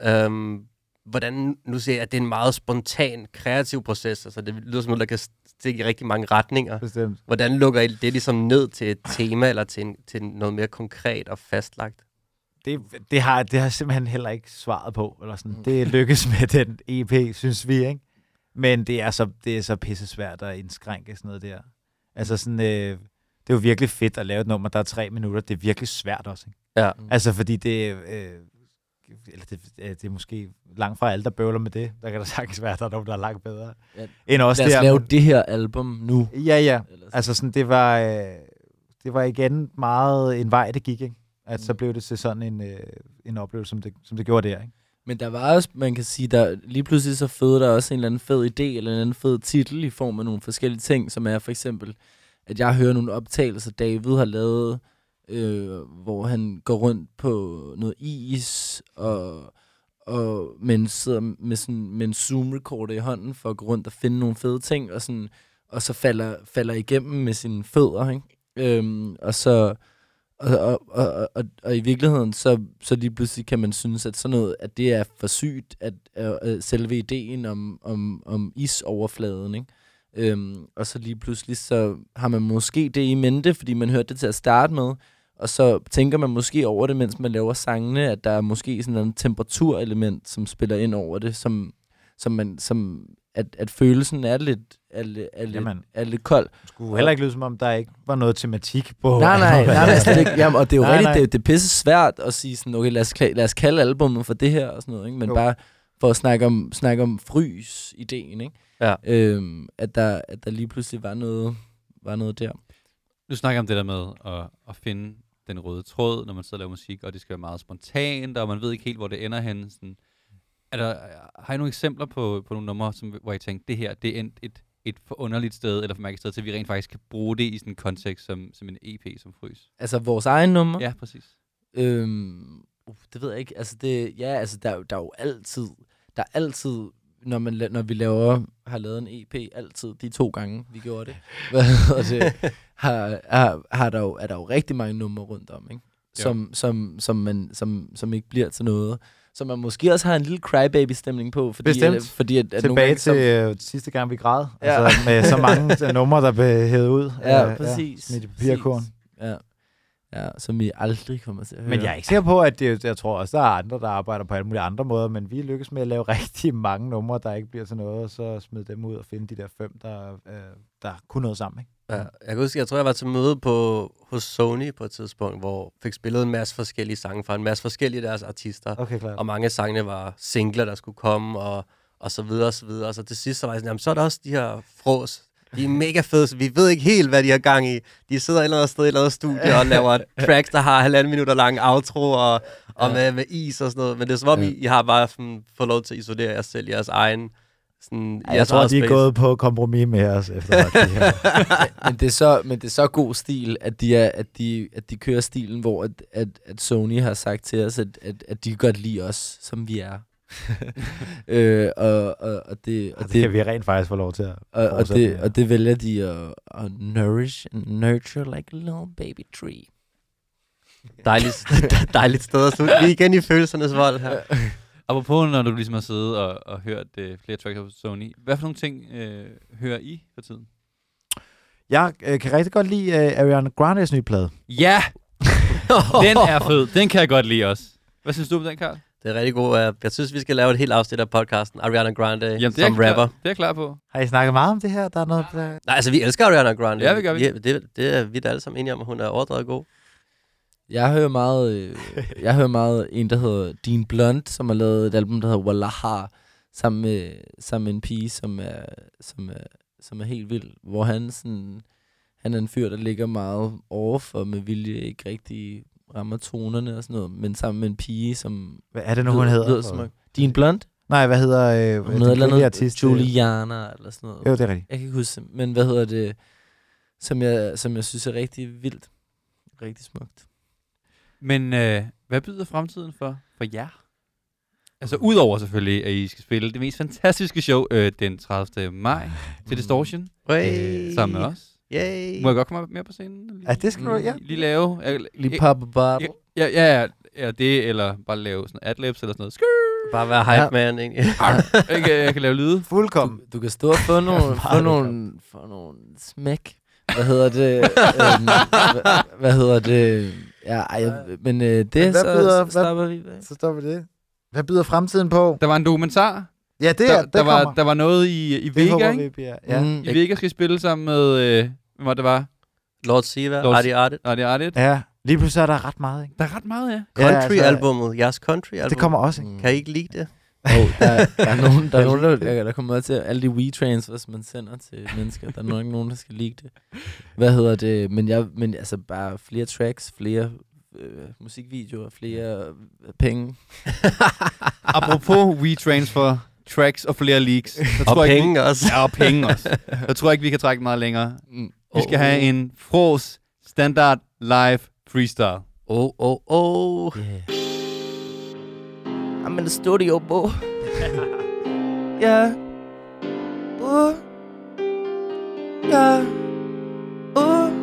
um, hvordan, nu ser jeg, at det er en meget spontan, kreativ proces, altså det lyder som noget, der kan stikke i rigtig mange retninger. Bestemt. Hvordan lukker I det ligesom ned til et tema, eller til, en, til noget mere konkret og fastlagt? Det, det, har, det har jeg simpelthen heller ikke svaret på, eller sådan. Mm. Det lykkes med den E P, synes vi, ikke? Men det er så, det er så pisse svært at indskrænke sådan noget der. Altså sådan, øh, det er jo virkelig fedt at lave et nummer, der er tre minutter. Det er virkelig svært også, ikke? Ja. Altså fordi det, øh, eller det, det er måske langt fra alle, der bøvler med det. Der kan der sagtens være, der er nogen, der er langt bedre. Ja. End også Lad os der, lave det her album nu. Ja, ja. Altså sådan, det var, øh, det var igen meget en vej, det gik, ikke? At mm. så blev det til sådan en, øh, en oplevelse, som det, som det gjorde der, ikke? Men der var også, man kan sige, der lige pludselig så fødede der også en eller anden fed idé, eller en anden fed titel i form af nogle forskellige ting, som er for eksempel, at jeg hører nogle optagelser, David har lavet, øh, hvor han går rundt på noget is, og, og men sidder med, sådan, med en Zoom-recorder i hånden, for at gå rundt og finde nogle fede ting, og, sådan, og så falder, falder igennem med sine fødder, ikke? Øhm, og så... Og, og, og, og, og i virkeligheden, så, så lige pludselig kan man synes, at sådan noget, at det er for sygt, at, at, at selve ideen om, om, om isoverfladen, ikke? Øhm, og så lige pludselig, så har man måske det i mente, fordi man hørte det til at starte med, og så tænker man måske over det, mens man laver sangene, at der er måske sådan en temperaturelement, som spiller ind over det, som, som man... Som, at, at følelsen er lidt, er, lidt, er, lidt, er lidt kold. Det skulle heller ikke lyde, som om der ikke var noget tematik på. Nej, nej, nej, nej slet ikke. Jamen, og det er jo nej, rigtigt, nej. det, det er pisse svært at sige sådan, okay, lad os, lad os kalde albumet for det her og sådan noget, ikke? Men jo. Bare for at snakke om, snakke om Frys-ideen, ikke? Ja. Øhm, at, der, at der lige pludselig var noget, var noget der. Du snakker om det der med at, at finde den røde tråd, når man sidder og laver musik, og det skal være meget spontant, og man ved ikke helt, hvor det ender hen. Sådan. Er der, har I nogle eksempler på, på nogle numre, som, hvor I tænker, det her, det er et, et, et forunderligt sted, eller for mærkeligt sted, til vi rent faktisk kan bruge det i sådan en kontekst som, som en E P, som Frys? Altså vores egen nummer? Ja, præcis. Øhm, uh, det ved jeg ikke. Altså det, ja, altså der, der er jo altid, der er altid, når, man, når vi laver, har lavet en E P, altid de to gange, vi gjorde det, og det har, har, har der jo, er der jo rigtig mange numre rundt om, ikke? Som, som, som, man, som, som ikke bliver til noget. Så man måske også har en lille crybaby-stemning på, fordi, Bestemt. At, fordi at, at tilbage gange, til som, øh, sidste gang, vi græd. Ja. Altså med så mange numre, der blev hævet ud. Ja, øh, præcis. Ja, med de papirkorn. Ja. Ja, som vi aldrig kommer til at høre. Men jeg er ikke sikker på, at det, jeg tror også, der er andre, der arbejder på alle mulige andre måder, men vi lykkes med at lave rigtig mange numre, der ikke bliver til noget, og så smide dem ud og finde de der fem, der, øh, der kunne noget sammen, ikke? Ja, jeg kan huske, jeg tror, jeg var til møde på, hos Sony på et tidspunkt, hvor fik spillet en masse forskellige sange fra en masse forskellige deres artister. Okay, klart. Og mange af sangene var singler, der skulle komme, og, og så videre, og så videre. Og så til sidst, så var jeg sådan, jamen, så er der også de her frås. De er mega fede, så vi ved ikke helt, hvad de har gang i. De sidder et eller andet sted i et eller andet studie og laver tracks, der har halvanden minutter lang outro, og, og med, med is og sådan noget. Men det er som om, ja. I, I har bare sådan, fået lov til at isolere jer selv i jeres egen Sådan, Ej, jeg tror, de er gået på kompromis med os efter det her. men, det er så, men det er så god stil, at de, er, at de, at de kører stilen, hvor at, at, at Sony har sagt til os, at, at, at de godt lide os, som vi er. øh, og, og, og, det, og det, det kan vi rent faktisk få lov til at og, og, det, og det vælger de at, at nourish and nurture like a little baby tree. Dejligt, dejligt sted at slutte. Vi er igen i følelsernes vold her. Apropos, når du ligesom har siddet og, og hørt øh, flere tracks af Sony, hvad for nogle ting øh, hører I for tiden? Jeg øh, kan rigtig godt lide øh, Ariana Grandes nye plade. Ja! Den er fed. Den kan jeg godt lide også. Hvad synes du om den, Carl? Det er rigtig god. Jeg synes, vi skal lave et helt afsnit af podcasten. Ariana Grande Jamen, som rapper. Klar, det er jeg klar på. Har I snakket meget om det her? Der er noget... Der... Nej, altså vi elsker Ariana Grande. Ja, vi gør vi. Ja, det, det er vi da alle sammen enige om, at hun er overdrevet god. Jeg hører meget, øh, jeg hører meget en, der hedder Dean Blunt, som har lavet et album, der hedder Wallaha, sammen med, sammen med en pige, som er, som er, som er helt vild, hvor han, sådan, han er en fyr, der ligger meget overfor med vilje, ikke rigtig rammer tonerne og sådan noget, men sammen med en pige, som... Hvad er det nu, hun hedder? hedder som, Dean Blunt? Nej, hvad hedder øh, hun hedder den andet artist? Juliana eller sådan noget. Jo, det er rigtigt. Jeg kan ikke huske, men hvad hedder det, som jeg, som jeg synes er rigtig vildt. Rigtig smukt. Men øh, hvad byder fremtiden for, for jer? Altså udover selvfølgelig, at I skal spille det mest fantastiske show øh, den tredivte maj til Distortion. Øh, sammen med os. Yay. Må jeg godt komme mere på scenen? Lige, ja, det skal du, ja. Lige lave. Jeg, lige pop bare. Ja, ja, ja, ja, det, eller bare lave sådan adlibs eller sådan noget. Skrrr. Bare være hype man, ikke? jeg, kan, jeg kan lave lyde. Fuldkommen. Du, du kan stå og få nogle, få nogle, få nogle smæk. Hvad hedder det? øhm, hvad, hvad hedder det? Ja, ej, men øh, det hvad så, byder, så stopper vi. Så stopper vi det. Hvad byder fremtiden på? Der var en dokumentar. Ja, det, der, er, der, var, der var noget i, i Vega, ikke? Ja. Mm, I Vega skal spille sammen med, øh, hvad det var? Lord Siva, Artie Artit. Artie Artit. Ja, lige pludselig er der ret meget, ikke? Der er ret meget, ja. Country-albummet, jeres country-album. Det kommer også, ikke? Mm. Kan I ikke lide det? Oh, der, der er nogen, der, er nogen, der, der, der kommer til alle de WeTransfers, man sender til mennesker. Der er nok ikke nogen, der skal lide det. Hvad hedder det? Men, jeg, men altså bare flere tracks, flere øh, musikvideoer, flere øh, penge. Apropos WeTransfer, tracks og flere leaks. Og tror penge ikke, vi, også. Ja, og penge også. Jeg tror ikke, vi kan trække meget længere. Mm. Vi skal oh, have oh. en Fros standard live freestyle. Oh, oh, oh. Yeah. I'm in the studio, bro. Yeah. Uh. Yeah. Uh.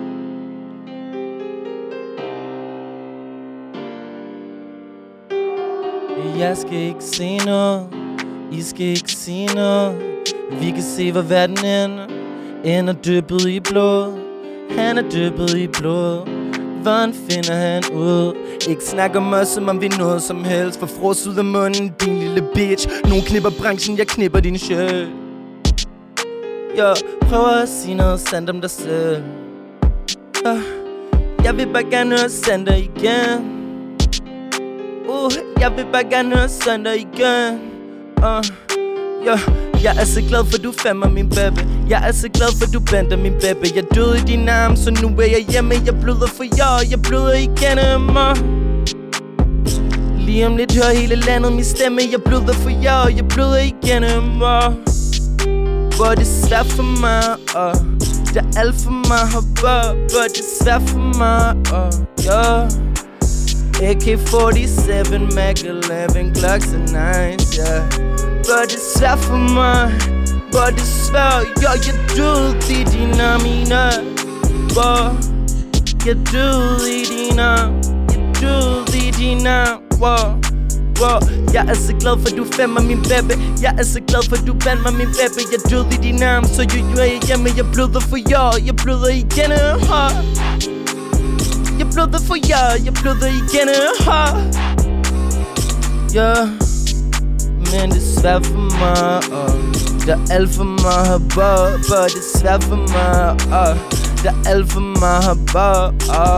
Jeg skal ikke se noget. I skal ikke se noget. Vi kan se, hvor verden ender. Ender dyppet i blod. Han er dyppet i blod. Hvordan finder han ud? Ikke snak om os, som om vi noget som helst. For fros ud af munden, din lille bitch. Nogen knipper branchen, jeg knipper din shirt. Jeg prøver at sige noget sandt om dig selv. uh, Jeg vil bare gerne høre sandt igen. uh, Jeg vil bare gerne høre sandt igen. uh, yeah. Jeg er så glad for du fammer min baby. Jeg er så glad for du bænder min baby. Jeg døde i din arm, så nu er jeg hjemme. Jeg bløder for jer, jeg bløder igennem mig. Lige om lidt hører hele landet min stemme. Jeg bløder for jer, jeg bløder igennem mig. Hvor det er svært for mig, og der er alt for mig herpå. Hvor det er svært for mig, og yeah. A K forty-seven, Mac eleven, Glocks and nines, yeah. Hvor det er svært for mig, hvor det er svært. Ja, jeg døde i dine armine. Hvor jeg døde i dine arm. Jeg døde i dine arm. Hvor, hvor jeg er så glad for du femmer min baby. Jeg er så glad for du bandt mig min baby. Jeg døde i dine arm, så jo jo er jeg hjemme. Jeg bløder for jer, jeg bløder igennem her. Jeg bløder for jer, jeg bløder igennem her. Ja, men det er svært for mig, og der er alt for mig herpå. Det er svært for mig, og der er alt for mig herpå.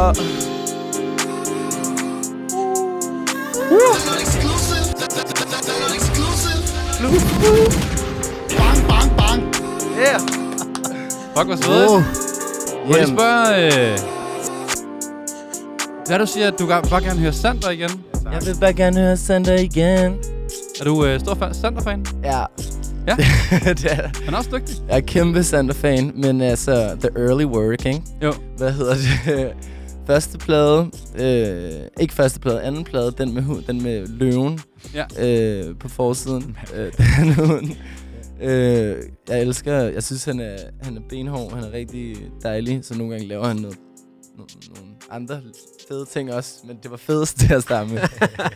Bang, bang, bang. Yeah. Fuck, hvor svedigt. Må jeg spørge... Øh... Hvad du siger, at du bare gerne høre Sander igen? Jeg vil bare gerne høre Sander igen. Er du øh, stor fan, Sander-fan? Ja. Ja, det er, han er også dygtig. jeg er kæmpe Sander-fan, men altså, The Early Work, ikke? Jo. Hvad hedder det? Første plade, øh, ikke første plade, anden plade, den med, hu- den med løven Ja. øh, på forsiden. øh, den hund. Øh, jeg elsker, jeg synes, han er, han er benhård, han er rigtig dejlig, så nogle gange laver han noget, no, nogle andre fede ting også, men det var fedest til at starte med.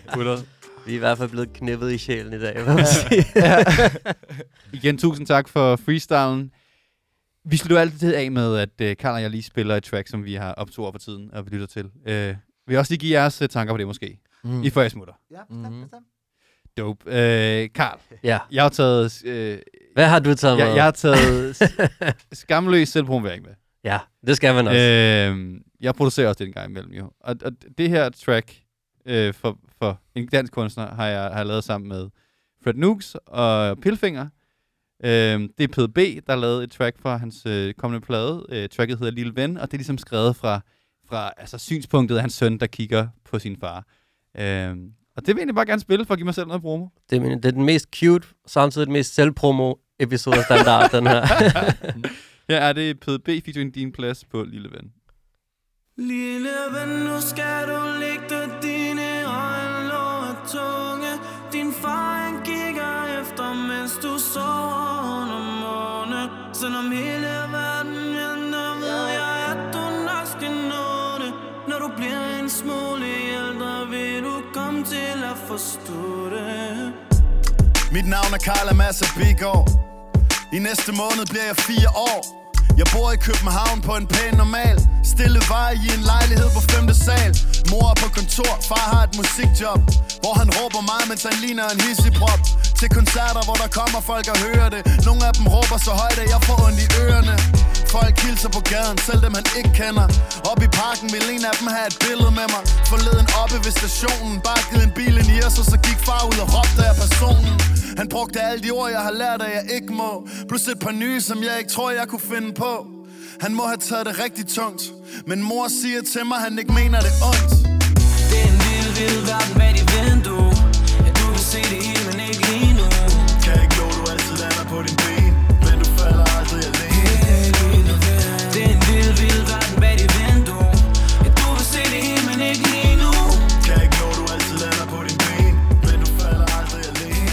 Vi er i hvert fald blevet knippet i sjælen i dag, hvad man sige. Ja. Igen, tusind tak for freestylen. Vi slutter altid af med, at uh, Karl og jeg lige spiller et track, som vi har optog for tiden, og vi lytter til. Uh, vil jeg også lige give jeres uh, tanker på det, måske? Mm. I før jeg smutter. Ja, bestemt, Mhm. bestemt. Dope. Uh, Karl, Ja. jeg har taget... Uh, Hvad har du taget med? jeg, jeg har taget s- skamløs selvpromovering med. Ja, det skal man også. Øh, jeg producerer også det en gang imellem, jo. Og, og det her track øh, for, for en dansk kunstner har jeg, har jeg lavet sammen med Fred Nooks og Pilfinger. Øh, det er P D B, der har lavet et track fra hans øh, kommende plade. Øh, tracket hedder Lille Ven, og det er ligesom skrevet fra, fra altså, synspunktet af hans søn, der kigger på sin far. Øh, og det vil jeg egentlig bare gerne spille, for at give mig selv noget promo. Det, er, min- det er den mest cute, samtidig den mest selvpromo-episode standard, den her. Her er det P D B featuring Din Plads på Lille Ven. Lille ven, nu skal du lægge dig, dine øjenlåg er tunge. Din far, han kigger efter, mens du sover under måne. Selvom hele verden venter, ved jeg, at du nok skal nå det. Når du bliver en smule ældre, vil du komme til at forstå det. Mit navn er Karl Amasa Bigård. I næste måned bliver jeg fire år. Jeg bor i København på en pæn normal stille vej i en lejlighed på femte sal. Mor er på kontor, far har et musikjob, hvor han råber mig, mens han ligner en hissigprop. Til koncerter, hvor der kommer folk og hører det. Nogle af dem råber så højt, at jeg får ondt i ørerne. Folk hilser på gaden, selv dem han ikke kender. Op i parken vil en af dem have et billede med mig. Forleden oppe ved stationen, bare givet en bil ind i os, og så gik far ud og råbte af personen. Han brugte alle de ord, jeg har lært, at jeg ikke må. Plus et par nye, som jeg ikke tror, jeg kunne finde på. Han må have taget det rigtig tungt, men mor siger til mig, han ikke mener det ondt. Det er en vild, vild verden bag dit vindue. Ja, du vil se det hele, men ikke lige nu. Kan ikke love, du altid lander på din ben, men du falder aldrig alene. Hey, lille ven. Det er en vild, vild verden bag dit vindue. Ja, du vil se det hele, men ikke lige nu. Kan ikke love, du altid lander på din ben, men du falder aldrig alene.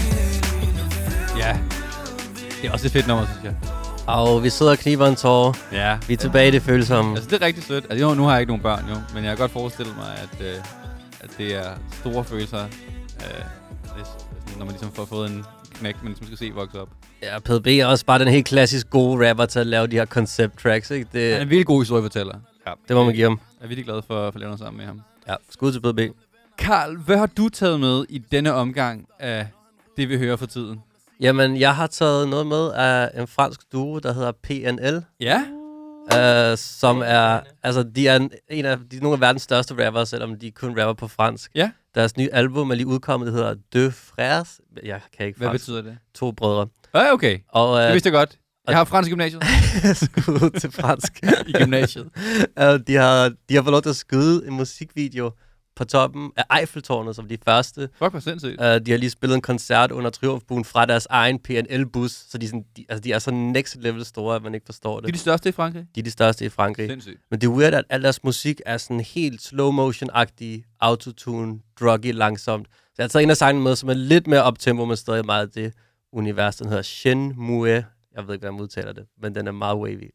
Ja, det er også et fedt nummer, synes jeg. Og vi sidder og kniber en tårer. Ja. Vi er tilbage i det følsomme. Altså, det er rigtig sødt. Altså, jo, nu har jeg ikke nogen børn, jo. Men jeg kan godt forestille mig, at, øh, at det er store følelser, øh, hvis, når man ligesom får fået en knæk, man ligesom skal se vokse op. Ja, P D B er også bare den helt klassisk gode rapper til at lave de her concept tracks, ikke? Det, Han er en virkelig god historiefortæller. Ja, det må man give ham. Jeg er virkelig glad for at få lavet noget sammen med ham. Ja, skud til P D B. Karl, hvad har du taget med i denne omgang af det, vi hører for tiden? Jamen, jeg har taget noget med af en fransk duo, der hedder P N L. Ja? Uh, som er, altså, de er en, en af, de er nogle af verdens største rappere, selvom de kun rapper på fransk. Ja. Deres nye album er lige udkommet, det hedder Deux Frères. Jeg kan ikke Hvad fransk. betyder det? To brødre. Ah, okay. Og, uh, det vidste jeg godt. Jeg har fransk i gymnasiet. Skud til fransk. I gymnasiet. uh, de, har, de har fået lov til at skyde en musikvideo på toppen af Eiffeltårnet, som de første. Fuck, hvor sindssygt. Uh, de har lige spillet en koncert under Triumfbuen fra deres egen P N L-bus, så de, sådan, de, altså, de er så next level store, at man ikke forstår det. De er de største i Frankrig? De er de største i Frankrig. Sindssygt. Men det er weird, at al deres musik er sådan helt slow motion-agtig, autotune, druggy, langsomt. Så jeg har taget en af sangene med, som er lidt mere optempo, men stadig meget det univers. Den hedder Shen Mue. Jeg ved ikke, hvordan man udtaler det, men den er meget wavy.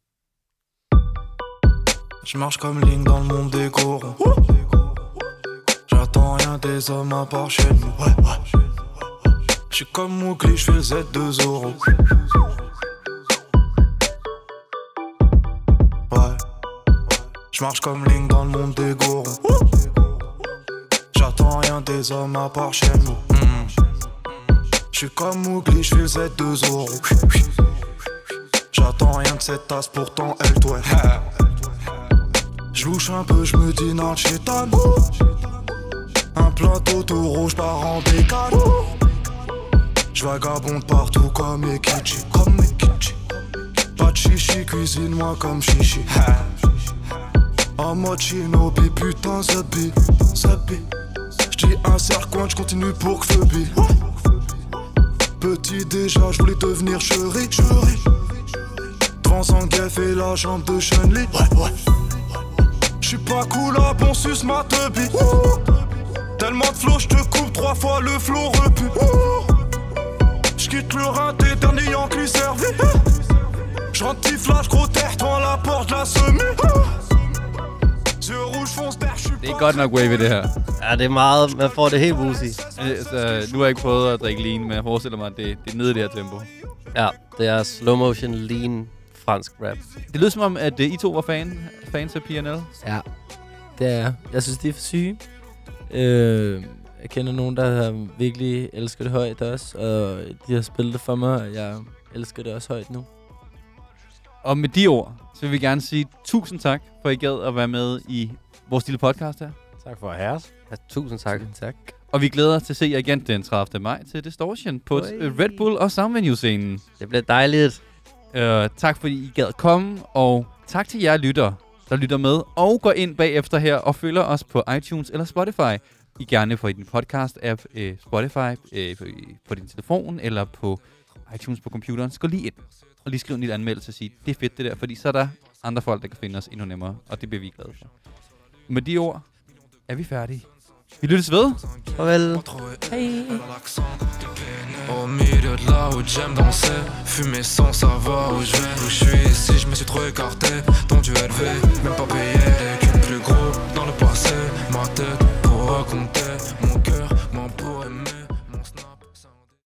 Je marche comme Link dans le monde des corons. J'attends rien des hommes à part chez nous. Ouais, ouais. J'suis comme Mowgli, j'fais le Z de Zoro. Ouais. J'marche comme Link dans le monde des gorons. J'attends rien des hommes à part chez nous. Mm. J'suis comme Mowgli, j'fais le Z de Zoro. J'attends rien de cette tasse, pourtant elle doit. J'louche un peu, j'me dis non, chétane. Un plateau tout rouge part en bécane. J'vagabonde partout comme Ekichi, comme Ekichi. Pas de chichi, cuisine-moi comme chichi. En mode shinobi, putain zabi, zabi. J'dis un serre-coin, j'continue pour que Phoebe. Petit déjà, je voulais devenir chéri. Devant Zangief et la jambe de Chun-Li. Ouais, ouais. J'suis pas cool à bon sus ma teubie. Tellement de flow, j'te coupe trois fois le flow repu. J'quitte le rinté, dernier Yankee servi. J'rentre petit flash, gros terre, devant la porte, la semi. Yeux rouge fonce der, j'suis Det er godt nok wavy, det her. Ja, det er meget. Man får det helt woozy. Altså, nu har jeg ikke prøvet at drikke lean, men jeg forestiller mig, at det, det er nede i det her tempo. Ja, det er slow motion, lean, fransk rap. Det lyder som om, at uh, I to var fan, fans af P N L. Ja, det er jeg. Jeg synes, de er for syge. Øh, jeg kender nogen, der virkelig elsker det højt også, og de har spillet det for mig, og jeg elsker det også højt nu. Og med de ord, så vil vi gerne sige tusind tak, for at I gad at være med i vores lille podcast her. Tak for at have os. Ja, tusind tak. Tak. Og vi glæder os til at se jer igen den tredivte maj til Distortion på Red Bull og Soundvenue-scenen. Det bliver dejligt. Uh, tak fordi I gad komme, og tak til jer lyttere, der lytter med. Og går ind bagefter her og følger os på iTunes eller Spotify. I gerne på din podcast-app, uh, Spotify, uh, på, på din telefon eller på iTunes på computeren. Så gå lige ind og lige skriv en lille anmeldelse og sige, det er fedt det der, fordi så er der andre folk, der kan finde os endnu nemmere, og det bliver vi glade for. Med de ord er vi færdige. Vi lyttes ved. Farvel. Hej. Au milieu de là où j'aime danser, fumer sans savoir où je vais. Où je suis ici, je me suis trop écarté, ton Dieu élevé, même pas payé. Qu'une plus gros dans le passé, ma tête pour raconter mon